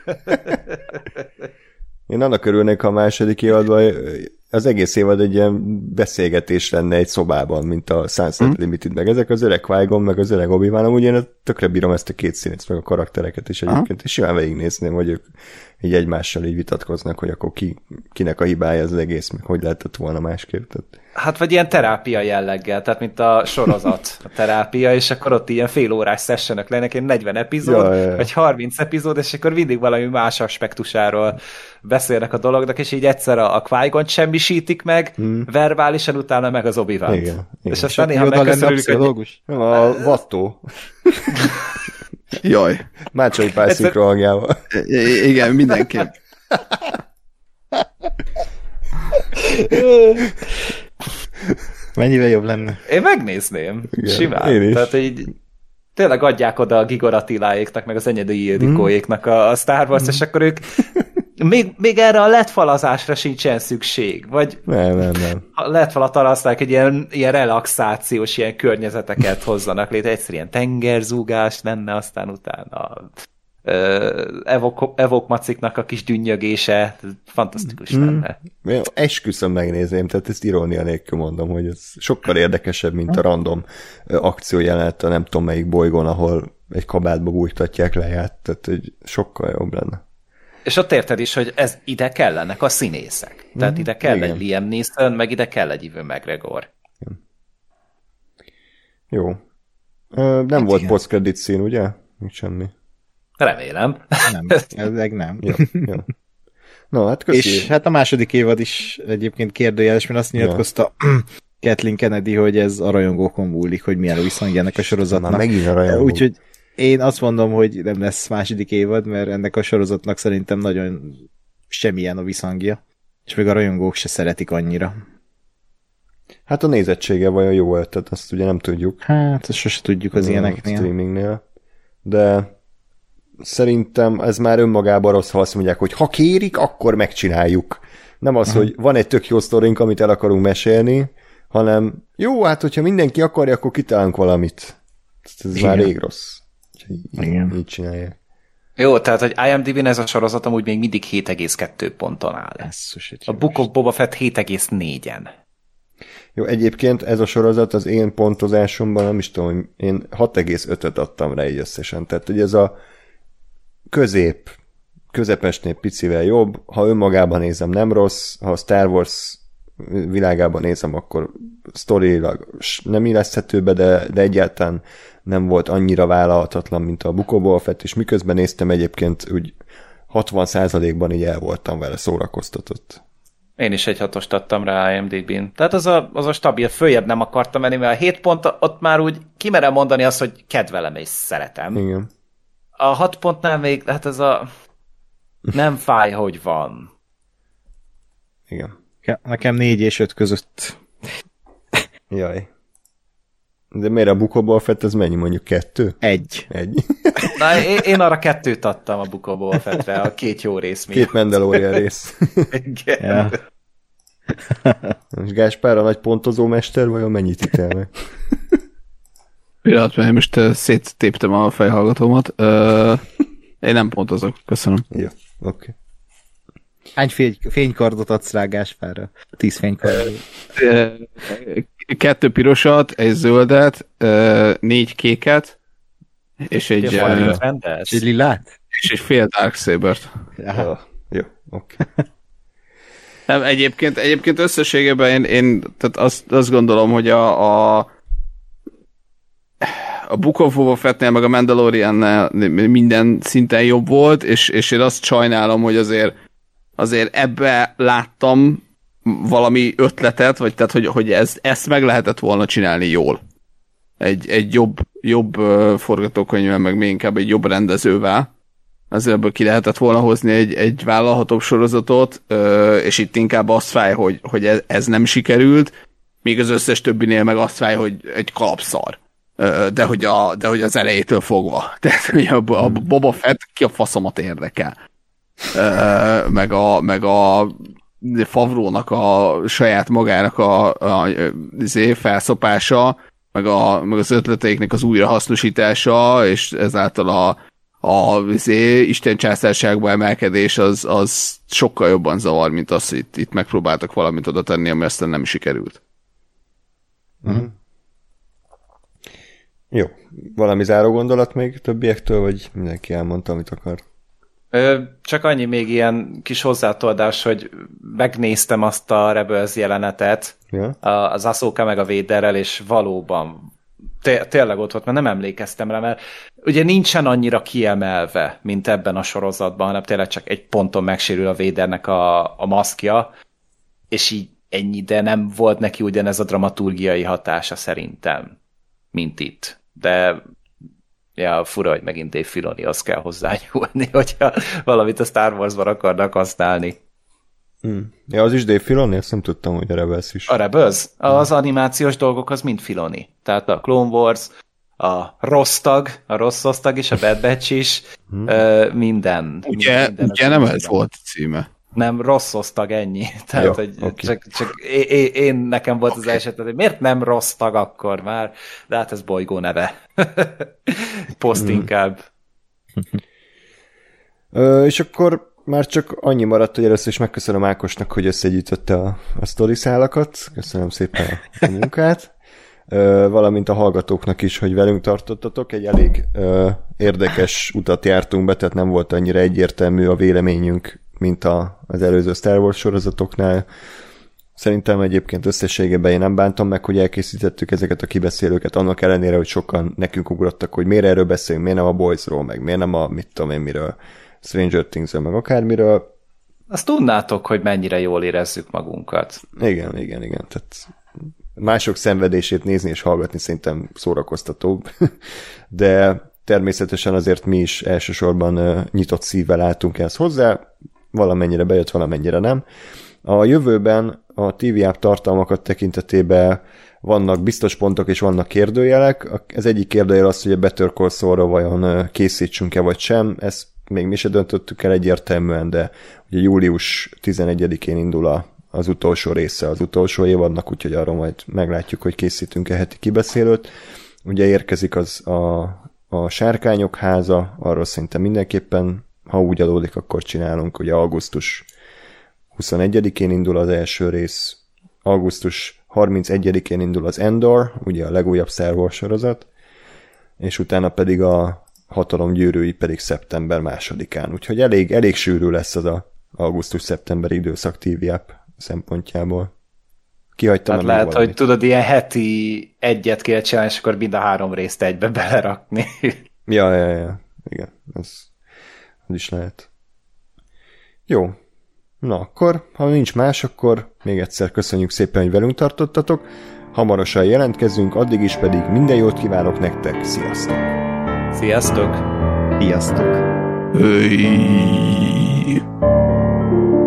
Én annak örülnék, ha a második évadban az egész évad egy ilyen beszélgetés lenne egy szobában, mint a Sunset Limited, meg ezek az öreg Qui-Gon, meg az öreg Obi-Wan, amúgy én tökre bírom ezt a 2 színész, meg a karaktereket is egyébként, és simán végignézném, hogy ők így egymással így vitatkoznak, hogy akkor kinek a hibája az egész, meg hogy lehetett volna másképp. Tehát... Hát vagy ilyen terápia jelleggel, tehát mint a sorozat, a terápia, és akkor ott ilyen félórás sessionök lennek, ilyen 40 epizód, vagy 30 epizód, és akkor mindig valami más aspektusáról beszélnek a dolognak, és így egyszer a Qui-Gon semmisítik meg, verbálisan utána meg az Obi-Wan. Igen. És aztán néha megköszönjük, hogy... A vattó. Jaj. Mácsai Pál szinkron hangjával. Igen, mindenképp. Mennyivel jobb lenne? Én megnézném. Igen, simán. Tehát így tényleg adják oda a Gigor Attiláéknak, meg az Enyedi Ildikóéknak a Star Wars, és akkor ők még erre a LED-falazásra sincsen szükség. Vagy nem. a LED-falat használják, egy ilyen relaxációs ilyen környezeteket hozzanak létre, egyszerűen tengerzúgás lenne, aztán utána Evok maciknak a kis dünnyögése, fantasztikus lenne. Esküszöm megnézném, tehát ezt irónia nélkül mondom, hogy ez sokkal érdekesebb, mint a random akciójelenet a nem tudom melyik bolygón, ahol egy kabátba bújtatják leját, tehát hogy sokkal jobb lenne. És ott érted is, hogy ez ide kellenek a színészek. Tehát ide kell egy Liam Neeson, meg ide kell egy Ewan McGregor. Jó. Nem volt post-credit szín, ugye? Nincs semmi. Remélem. Nem, ezek nem. Jó. Na, hát köszi. És hát a második évad is egyébként kérdőjeles, mert azt nyilatkozta Kathleen Kennedy, hogy ez a rajongókon múlik, hogy milyen a visszhangja ennek a sorozatnak. Már megint a rajongók. Úgyhogy én azt mondom, hogy nem lesz második évad, mert ennek a sorozatnak szerintem nagyon semmilyen a visszhangja, és még a rajongók se szeretik annyira. Hát a nézettsége vajon jó volt, tehát azt ugye nem tudjuk. Hát, ezt sose tudjuk az ilyeneknél. Streamingnél. De szerintem ez már önmagában rossz, ha azt mondják, hogy ha kérik, akkor megcsináljuk. Nem az, hogy van egy tök jó sztorink, amit el akarunk mesélni, hanem jó, hát hogyha mindenki akarja, akkor kitalálunk valamit. Ez Igen. már rég rossz. Igen. Így csinálják. Jó, tehát, hogy IMDb-n ez a sorozat amúgy még mindig 7,2 ponton áll. A Book of Boba Fett 7,4-en. Jó, egyébként ez a sorozat az én pontozásomban, nem is tudom, én 6,5-öt adtam rá így összesen. Tehát, hogy ez a közepesnél picivel jobb, ha önmagában nézem, nem rossz, ha a Star Wars világában nézem, akkor sztorilag nem illeszthető be, de egyáltalán nem volt annyira vállalhatatlan, mint a Book of Boba Fett, és miközben néztem egyébként úgy 60%-ban így el voltam vele szórakoztatott. Én is egy 6-ost adtam rá IMDb-n. Tehát az a stabil, följebb nem akartam menni, mert a 7 pont ott már úgy kimerem mondani azt, hogy kedvelem és szeretem. Igen. A 6 pontnál még, hát ez a nem fáj, hogy van. Igen. Nekem 4 és 5 között. Jaj. De miért a Book of Boba Fett, ez mennyi, mondjuk 2? 1. Na, én arra 2-t adtam a Book of Boba Fettre, a 2 jó rész miatt. 2 Mandalorian rész. Igen. Ja. És Gáspár a nagy pontozó mester, vajon mennyit ítél meg? Pillanat, mert most széttéptem a fejhallgatómat. Én nem pontozok, köszönöm. Jó, oké. Hány fénykardot adsz rá Gáspárra? 10 fénykardot. 2 pirosat, egy zöldet, 4 kéket, és egy És egy lilát? és egy fél Darksabert. Jó, oké. Nem, egyébként összességében én tehát azt gondolom, hogy a Book of Boba Fettnél meg a Mandaloriannál minden szinten jobb volt, és én azt sajnálom, hogy azért ebbe láttam valami ötletet, vagy tehát, hogy ezt meg lehetett volna csinálni jól. Egy jobb forgatókönyvvel, meg még inkább egy jobb rendezővel. Azért ebből ki lehetett volna hozni egy vállalhatóbb sorozatot, és itt inkább azt fáj, hogy ez nem sikerült, míg az összes többinél meg azt fáj, hogy egy kalapszar. De hogy az elejétől fogva. Tehát, hogy a Boba Fett ki a faszomat érdekel. Meg a Favrónak a saját magának a felszopása, meg az ötleteiknek az újrahasznosítása, és ezáltal a Isten császárságba emelkedés az sokkal jobban zavar, mint az, hogy itt megpróbáltak valamit oda tenni, ami aztán nem sikerült. Uh-huh. Jó. Valami záró gondolat még többiektől, vagy mindenki elmondta, amit akar? Csak annyi még ilyen kis hozzátoldás, hogy megnéztem azt a Rebels jelenetet, az Ahsoka meg a Vaderrel, és valóban tényleg ott volt, mert nem emlékeztem rá, mert ugye nincsen annyira kiemelve, mint ebben a sorozatban, hanem tényleg csak egy ponton megsérül a Vadernek a maszkja, és így ennyi, de nem volt neki ugyanez a dramaturgiai hatása szerintem, mint itt. De ja, fura, hogy megint Dave Filonihoz kell hozzányúlni, hogyha valamit a Star Wars-ban akarnak használni. Ja, az is Dave Filoni? Ezt nem tudtam, hogy a Rebels is. A Rebels? Az animációs dolgok az mind Filoni. Tehát a Clone Wars, a rossz osztag is, a Bad Batch is, minden. Ugye nem ez volt a címe. Nem, rossz osztag, ennyi. Tehát, jó, hogy okay. csak én nekem volt az eset, hogy miért nem rossz tag akkor már? De hát ez bolygó neve. Poszt inkább. És akkor már csak annyi maradt, hogy először is megköszönöm Ákosnak, hogy összegyűjtötte a sztori szálakat. Köszönöm szépen a munkát. Valamint a hallgatóknak is, hogy velünk tartottatok. Egy elég érdekes utat jártunk be, tehát nem volt annyira egyértelmű a véleményünk, mint az előző Star Wars sorozatoknál. Szerintem egyébként összességében én nem bántam meg, hogy elkészítettük ezeket a kibeszélőket, annak ellenére, hogy sokan nekünk ugrottak, hogy miért erről beszélünk, miért nem a Boysról, meg miért nem a mit tudom én miről, Stranger Things-ről, meg akármiről. azt tudnátok, hogy mennyire jól érezzük magunkat. Igen. Tehát mások szenvedését nézni és hallgatni szerintem szórakoztatóbb, de természetesen azért mi is elsősorban nyitott szívvel álltunk ehhez hozzá, valamennyire bejött, valamennyire nem. A jövőben a TV App tartalmakat tekintetében vannak biztos pontok és vannak kérdőjelek. Az egyik kérdőjel az, hogy a Better Call Saul-ra vajon készítsünk-e vagy sem, ezt még mi se döntöttük el egyértelműen, de ugye július 11-én indul az utolsó része az utolsó évadnak, úgyhogy arról majd meglátjuk, hogy készítünk-e heti kibeszélőt. Ugye érkezik az a Sárkányok háza, arról szerintem mindenképpen, ha úgy adódik, akkor csinálunk. Ugye augusztus 21-én indul az első rész, augusztus 31-én indul az Endor, ugye a legújabb Star Wars sorozat, és utána pedig a Hatalom gyűrűi pedig szeptember 2-án. Úgyhogy elég sűrű lesz az a augusztus-szeptemberi időszak TV App szempontjából. Kihagytam hát lehet, hogy tudod, ilyen heti egyet kell csinálni, és akkor mind a 3 részt egybe belerakni. Ja. Igen, ez is lehet. Jó. Na akkor, ha nincs más, akkor még egyszer köszönjük szépen, hogy velünk tartottatok. Hamarosan jelentkezünk, addig is pedig minden jót kívánok nektek. Sziasztok! Sziasztok! Sziasztok! Hey.